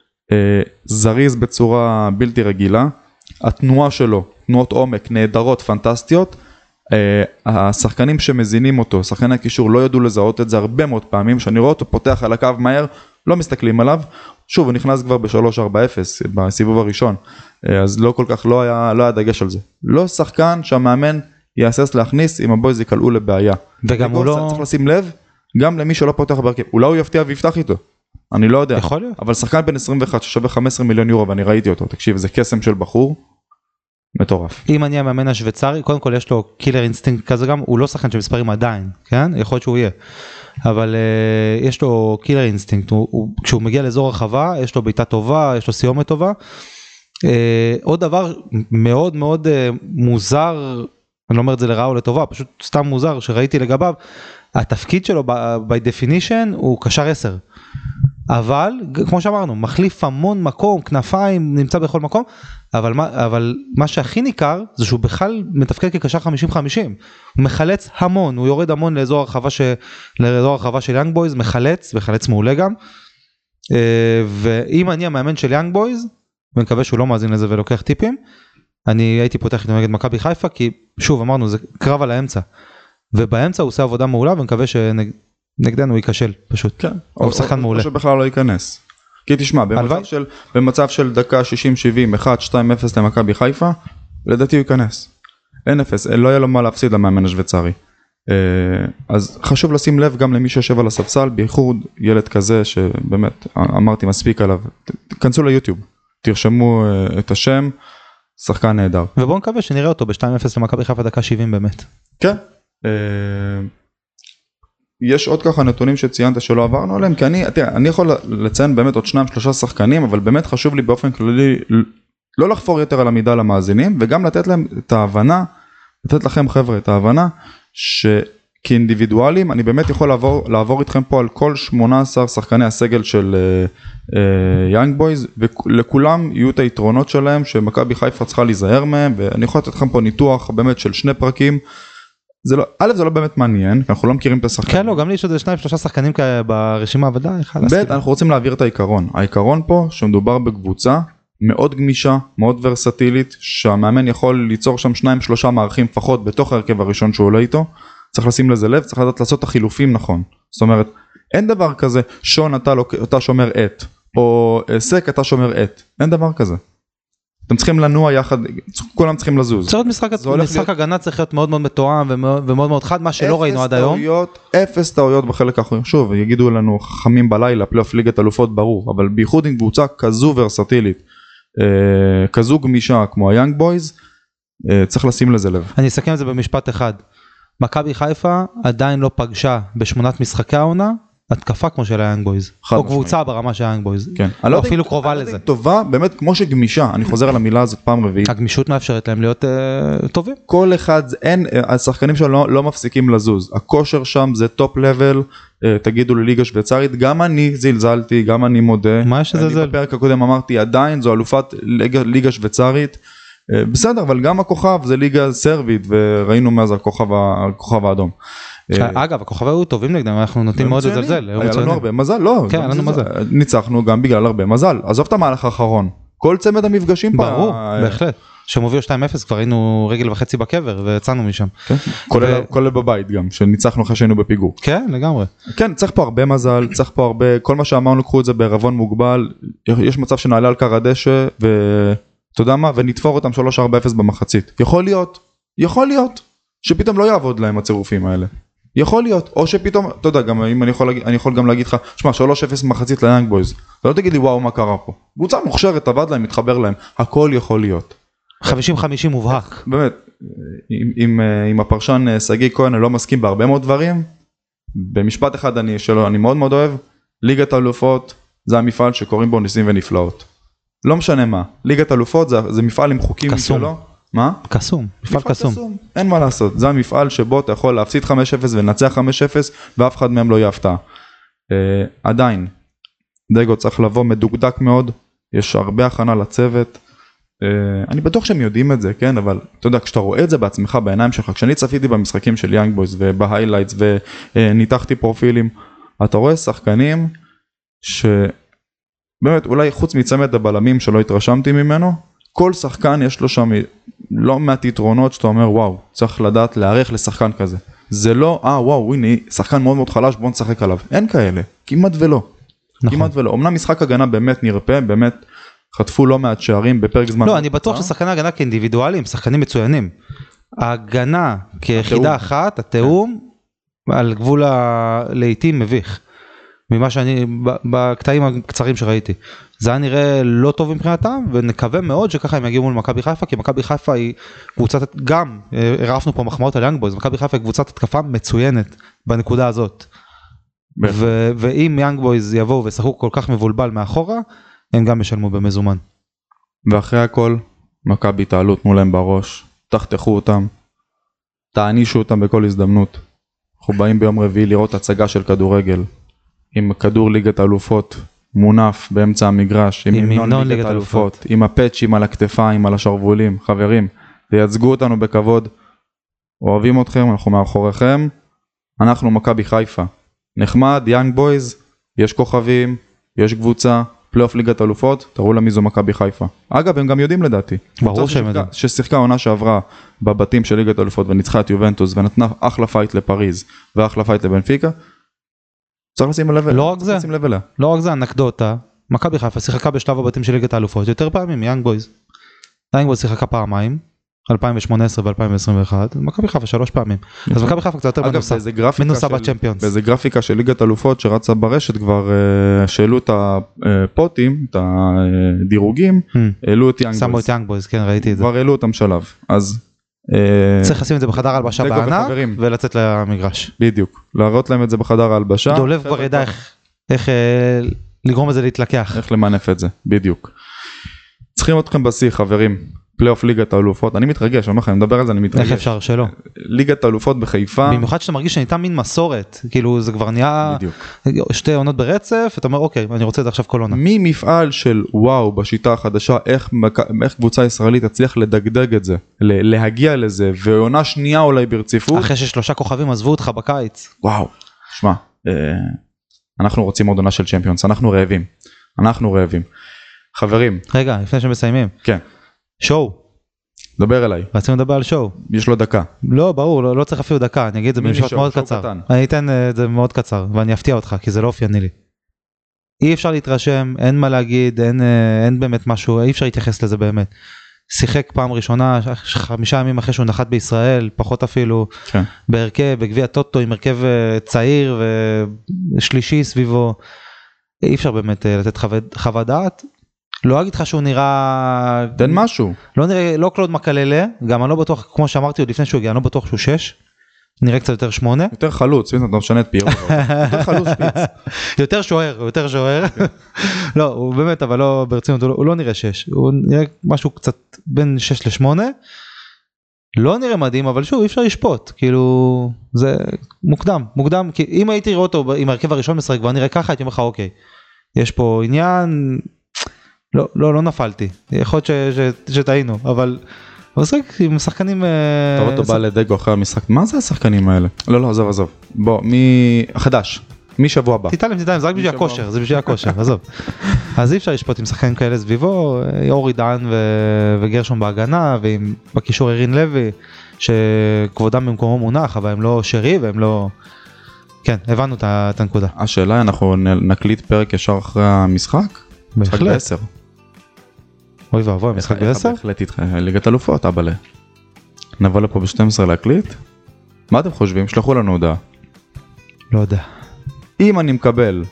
זריז בצורה בלתי רגילה, התנועה שלו, תנועות עומק נהדרות, פנטסטיות, השחקנים שמזינים אותו, שחקני הקישור לא ידעו לזהות את זה הרבה מאוד פעמים, שאני רואה אותו פותח על הקו מהר, לא מסתכלים עליו, שוב הוא נכנס כבר ב-שלוש ארבע אפס בסיבוב הראשון, אז לא כל כך לא היה, לא היה דגש על זה, לא שחקן שהמאמן יאסס להכניס אם הבויז יקלעו לבעיה, וגם הוא לא... צריך לשים לב, גם למי שלא פותח בהרכב, אולי הוא יפתיע ויפתח איתו, אני לא יודע, יכול להיות. אבל שחקן בן עשרים ואחת ששווה חמישה עשר מיליון יורו ואני ראיתי אותו, תקשיב, זה קסם של בחור, מטורף. אם אני המאמן השוויצרי, קודם כל יש לו קילר אינסטינקט כזה גם, הוא לא שחקן של מספרים עדיין, כן? יכול להיות שהוא יהיה, אבל uh, יש לו קילר אינסטינקט, הוא, הוא, כשהוא מגיע לאזור הרחבה, יש לו בעיטה טובה, יש לו סיומת טובה. Uh, עוד דבר מאוד מאוד uh, מוזר, אני לא אומר את זה לרעה או לטובה, פשוט סתם מוזר שראיתי לגביו, התפקיד שלו by definition הוא קשר עשר. אבל, כמו שאמרנו, מחליף המון מקום, כנפיים, נמצא בכל מקום, אבל מה, אבל מה שהכי ניכר, זה שהוא בכלל מתפקד כקשר חמישים חמישים, הוא מחלץ המון, הוא יורד המון לאזור הרחבה, ש... לאזור הרחבה של יאנג בויז, מחלץ, מחלץ מעולה גם, ואם אני המאמן של יאנג בויז, ואני מקווה שהוא לא מאזין לזה ולוקח טיפים, אני הייתי פותח איתו נגד מכבי חיפה, כי שוב אמרנו, זה קרב על האמצע, ובאמצע הוא עושה עבודה מעולה, ואני מקווה שנג... נגדנו הוא ייכשל פשוט, כן. הוא שחקן מעולה. או שבכלל לא ייכנס. כי תשמע, במצב של, במצב של דקה שישים שבעים, אחת שתיים אפס למכבי חיפה, לדעתי הוא ייכנס. אין אפס, לא יהיה לו מה להפסיד למאמן השוויצרי. אז חשוב לשים לב גם למי שיושב על הספסל, בייחוד ילד כזה שבאמת, אמרתי מספיק עליו, תכנסו ליוטיוב, תרשמו את השם, שחקן נהדר. ובואו נקווה שנראה אותו ב-שתיים אפס למכבי חיפה דקה שבעים באמת. כן. יש עוד ככה נתונים שציינת שלא עברנו עליהם, כי אני, תראה, אני יכול לציין באמת עוד שניים שלושה שחקנים, אבל באמת חשוב לי באופן כללי לא לחפור יותר על המידע למאזינים, וגם לתת להם את ההבנה, לתת לכם חבר'ה את ההבנה, שכאינדיבידואלים אני באמת יכול לעבור, לעבור איתכם פה על כל שמונה עשר שחקני הסגל של יאנג בויז, ולכולם יהיו את היתרונות שלהם, שמכבי חיפה צריכה להיזהר מהם, ואני יכול לתת לכם פה ניתוח באמת של שני פרקים, זה לא, א' זה לא באמת מעניין, כי אנחנו לא מכירים את השחקנים. כן, לא, גם לי יש עוד שניים, שלושה שחקנים ברשימה עבודה. ב' אנחנו רוצים להעביר את העיקרון. העיקרון פה, שמדובר בקבוצה מאוד גמישה, מאוד ורסטילית, שהמאמן יכול ליצור שם שניים, שלושה מערכים לפחות בתוך הרכב הראשון שהוא עולה איתו. צריך לשים לזה לב, צריך לדעת לעשות את החילופים נכון. זאת אומרת, אין דבר כזה, שון אתה, אתה שומר את, או סק אתה שומר את. אין דבר כזה. אתם צריכים לנוע יחד, כולם צריכים לזוז. צריך להיות משחק, משחק הגנה צריך להיות מאוד מאוד מתואם ומאוד מאוד חד, מה שלא ראינו עד היום. אפס טעויות בחלק האחרון, שוב, יגידו לנו חכמים בלילה, פלייאוף ליגת אלופות ברור, אבל בייחוד עם קבוצה כזו ורסטילית, כזו גמישה כמו היאנג בויז, צריך לשים לזה לב. אני אסכם את זה במשפט אחד, מכבי חיפה עדיין לא פגשה בשמונת משחקי העונה, התקפה כמו של היאנג בויז, או קבוצה ברמה של היאנג בויז, או אפילו קרובה לזה. טובה, באמת כמו שגמישה, אני חוזר על המילה הזאת פעם רביעית. הגמישות מאפשרת להם להיות טובים. כל אחד, אין, השחקנים שלנו לא מפסיקים לזוז, הכושר שם זה טופ לבל, תגידו לליגה שוויצרית, גם אני זלזלתי, גם אני מודה. מה יש לזלזל? בפרק הקודם אמרתי, עדיין זו אלופת ליגה שוויצרית, בסדר, אבל גם הכוכב זה ליגה סרבית, וראינו מה זה הכוכב האדום. אגב, הכוכבי היו טובים נגדם, אנחנו נוטים מאוד לזלזל. היה לנו הרבה מזל, לא. כן, היה לנו מזל. ניצחנו גם בגלל הרבה מזל. עזוב את המהלך האחרון. כל צמד המפגשים פה. ברור, בהחלט. שמוביל שתיים אפס, כבר היינו רגל וחצי בקבר ויצאנו משם. כולל בבית גם, שניצחנו אחרי שהיינו בפיגור. כן, לגמרי. כן, צריך פה הרבה מזל, צריך פה הרבה, כל מה שאמרנו, לקחו את זה בערבון מוגבל, יש מצב שנעלה על קר הדשא, ואתה יודע מה, ונתפור אותם שלוש ארבע אפס במחצית. יכול להיות, יכול להיות, שפתאום לא יעבוד להם הצירופים האלה. יכול להיות, או שפתאום, אתה יודע, גם אם אני יכול, אני יכול גם להגיד לך, שמע, שלוש אפס מחצית ליאנג בויז, ולא תגיד לי, וואו, מה קרה פה? קבוצה מוכשרת, עבד להם, מתחבר להם, הכל יכול להיות. חמישים חמישים מובהק. באמת, עם, עם, עם הפרשן סגי כהן, אני לא מסכים בהרבה מאוד דברים, במשפט אחד אני, שלו, אני מאוד מאוד אוהב, ליגת אלופות, זה המפעל שקוראים בו ניסים ונפלאות. לא משנה מה, ליגת אלופות זה, זה מפעל עם חוקים קסום. משלו. מה? קסום, מפעל קסום. אין מה לעשות, זה המפעל שבו אתה יכול להפסיד חמש אפס ולנצח חמש אפס ואף אחד מהם לא יפתע. אה, עדיין, דגו צריך לבוא מדוקדק מאוד, יש הרבה הכנה לצוות, אה, אני בטוח שהם יודעים את זה, כן, אבל אתה יודע, כשאתה רואה את זה בעצמך בעיניים שלך, כשאני צפיתי במשחקים של יאנג בויז ובהיילייטס וניתחתי פרופילים, אתה רואה שחקנים שבאמת אולי חוץ מצמד הבלמים שלא התרשמתי ממנו, כל שחקן יש לו שם לא מעט יתרונות שאתה אומר וואו, צריך לדעת להערך לשחקן כזה. זה לא, אה וואו, הנה, שחקן מאוד מאוד חלש, בוא נשחק עליו. אין כאלה, כמעט ולא. נכון. כמעט ולא. אמנם משחק הגנה באמת נרפה, באמת חטפו לא מעט שערים בפרק זמן. לא, אני בטוח ששחקני הגנה כאינדיבידואלים, שחקנים מצוינים. ההגנה כיחידה אחת, התאום, על גבול לעיתים מביך. ממה שאני, בקטעים הקצרים שראיתי. זה היה נראה לא טוב מבחינתם, ונקווה מאוד שככה הם יגיעו מול מכבי חיפה, כי מכבי חיפה היא קבוצת, גם, הרפנו פה מחמאות על יאנג בויז, מכבי חיפה היא קבוצת התקפה מצוינת בנקודה הזאת. ו- ואם יאנג בויז יבואו ושחקו כל כך מבולבל מאחורה, הם גם ישלמו במזומן. ואחרי הכל, מכבי תעלו, תנו להם בראש, תחתכו אותם, תענישו אותם בכל הזדמנות. אנחנו באים ביום רביעי לראות הצגה של כדורגל, עם כדור ליגת אלופות, מונף באמצע המגרש, עם המנון ליגת אלופות, עם הפאצ'ים על הכתפיים, על השרבולים, חברים, תייצגו אותנו בכבוד, אוהבים אתכם, אנחנו מאחוריכם, אנחנו מכבי חיפה, נחמד, יאנג בויז, יש כוכבים, יש קבוצה, פלייאוף ליגת אלופות, תראו לה מי זו מכבי חיפה. אגב, הם גם יודעים לדעתי. ברור שהם יודעים. ששיחקה העונה שעברה בבתים של ליגת אלופות, וניצחה את יובנטוס, ונתנה אחלה פייט לפריז, ואחלה פייט לבנפיקה, צריך לשים לב אליה. לא רק זה, לא רק זה, אנקדוטה, מכבי חיפה שיחקה בשלב הבתים של ליגת האלופות יותר פעמים, יאנג בויז. יאנג בויז שיחקה פעמיים, אלפיים שמונה עשרה ו-אלפיים עשרים ואחת, מכבי חיפה שלוש פעמים. אז מכבי חיפה קצת יותר מנוסה, מנוסה בצ'מפיונס. באיזה גרפיקה של ליגת האלופות שרצה ברשת כבר, שאלו את הפוטים, את הדירוגים, העלו את יאנג בויז. שמו את יאנג בויז, כן, ראיתי את זה. כבר העלו אותם שלב, אז... צריך לשים את זה בחדר ההלבשה בענק ולצאת למגרש. בדיוק, להראות להם את זה בחדר ההלבשה. דולב כבר ידע איך לגרום את זה להתלקח. איך למנף את זה, בדיוק. צריכים אתכם בשיא, חברים. פלייאוף ליגת האלופות, אני מתרגש, אני אומר לכם, אני מדבר על זה, אני מתרגש. איך אפשר שלא? ליגת האלופות בחיפה. במיוחד שאתה מרגיש שניתן מין מסורת, כאילו זה כבר נהיה שתי עונות ברצף, אתה אומר אוקיי, אני רוצה את זה עכשיו כל עונה. ממפעל של וואו, בשיטה החדשה, איך, איך קבוצה ישראלית תצליח לדגדג את זה, להגיע לזה, ועונה שנייה אולי ברציפות. אחרי ששלושה כוכבים עזבו אותך בקיץ. וואו, שמע, אנחנו רוצים עוד עונה של צ'מפיונס, אנחנו רעבים, אנחנו רעבים. חברים. רגע, לפני שמסיימים. כן. שואו. דבר אליי. רצינו לדבר על שואו. יש לו דקה. לא, ברור, לא, לא צריך אפילו דקה, אני אגיד את זה במשפט מאוד קצר. קטן. אני אתן את זה מאוד קצר, ואני אפתיע אותך, כי זה לא אופייני לי. אי אפשר להתרשם, אין מה להגיד, אין, אין באמת משהו, אי אפשר להתייחס לזה באמת. שיחק פעם ראשונה, חמישה ימים אחרי שהוא נחת בישראל, פחות אפילו, כן. בהרכב, בגביע טוטו, עם הרכב צעיר ושלישי סביבו. אי אפשר באמת לתת חוות דעת. לא אגיד לך שהוא נראה... תן משהו. לא נראה, לא קלוד מקללה, גם אני לא בטוח, כמו שאמרתי עוד לפני שהוא הגיע, אני לא בטוח שהוא שש, נראה קצת יותר שמונה. יותר חלוץ, אתה משנה את פירו. יותר חלוץ שפיץ. יותר שוער, יותר שוער. לא, הוא באמת, אבל לא ברצינות, הוא לא נראה שש, הוא נראה משהו קצת בין שש לשמונה, לא נראה מדהים, אבל שוב, אי אפשר לשפוט, כאילו, זה מוקדם, מוקדם, כי אם הייתי לראות אותו עם הרכב הראשון משחק, כבר נראה ככה, הייתי אומר לך, אוקיי, יש פה עניין... לא, לא, לא נפלתי. יכול להיות שטעינו, אבל משחק עם שחקנים... אתה רואה אותו בא לדגו אחרי המשחק, מה זה השחקנים האלה? לא, לא, עזוב, עזוב. בוא, מי... חדש, מי שבוע הבא? תיתן להם, תיתן להם, זה רק בשביל הכושר, זה בשביל הכושר, עזוב. אז אי אפשר לשפוט עם שחקנים כאלה סביבו, אורי דהן ו- וגרשון בהגנה, ועם בקישור ירין לוי, שכבודם במקומו מונח, אבל הם לא שרי והם לא... כן, הבנו את הנקודה. השאלה, אנחנו נקליט פרק ישר אחרי המשחק? משחק בעשר. אוי ואבוי, משחק בעשר? בהחלט איתך, ליגת אלופות, אבאלה. נבוא לפה ב-שתים עשרה להקליט? מה אתם חושבים? שלחו לנו הודעה. לא יודע. אם אני מקבל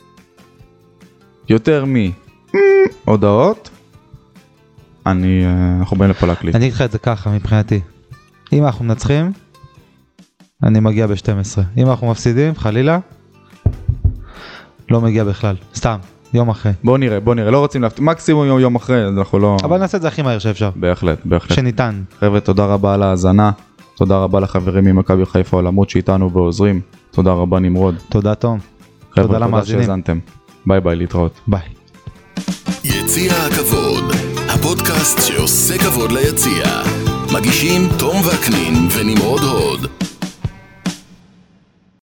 יותר מהודעות, אני, אנחנו באים לפה להקליט. אני אגיד לך את זה ככה מבחינתי. אם אנחנו מנצחים, אני מגיע ב-שתים עשרה. אם אנחנו מפסידים, חלילה, לא מגיע בכלל. סתם, יום אחרי. בוא נראה, בוא נראה. לא רוצים להפתיע. מקסימום יום, יום אחרי, אנחנו לא... אבל נעשה את זה הכי מהר שאפשר. בהחלט, בהחלט. שניתן. חבר'ה, תודה רבה על ההאזנה. תודה רבה לחברים ממכבי חיפה העולמות שאיתנו ועוזרים. תודה רבה נמרוד. תודה תום. חבר'ה, תודה תודה למאזינים. שהזנתם. ביי ביי, להתראות. ביי. יציע הכבוד, הפודקאסט שעושה כבוד ליציע. מגישים תום וקנין ונמרוד הוד.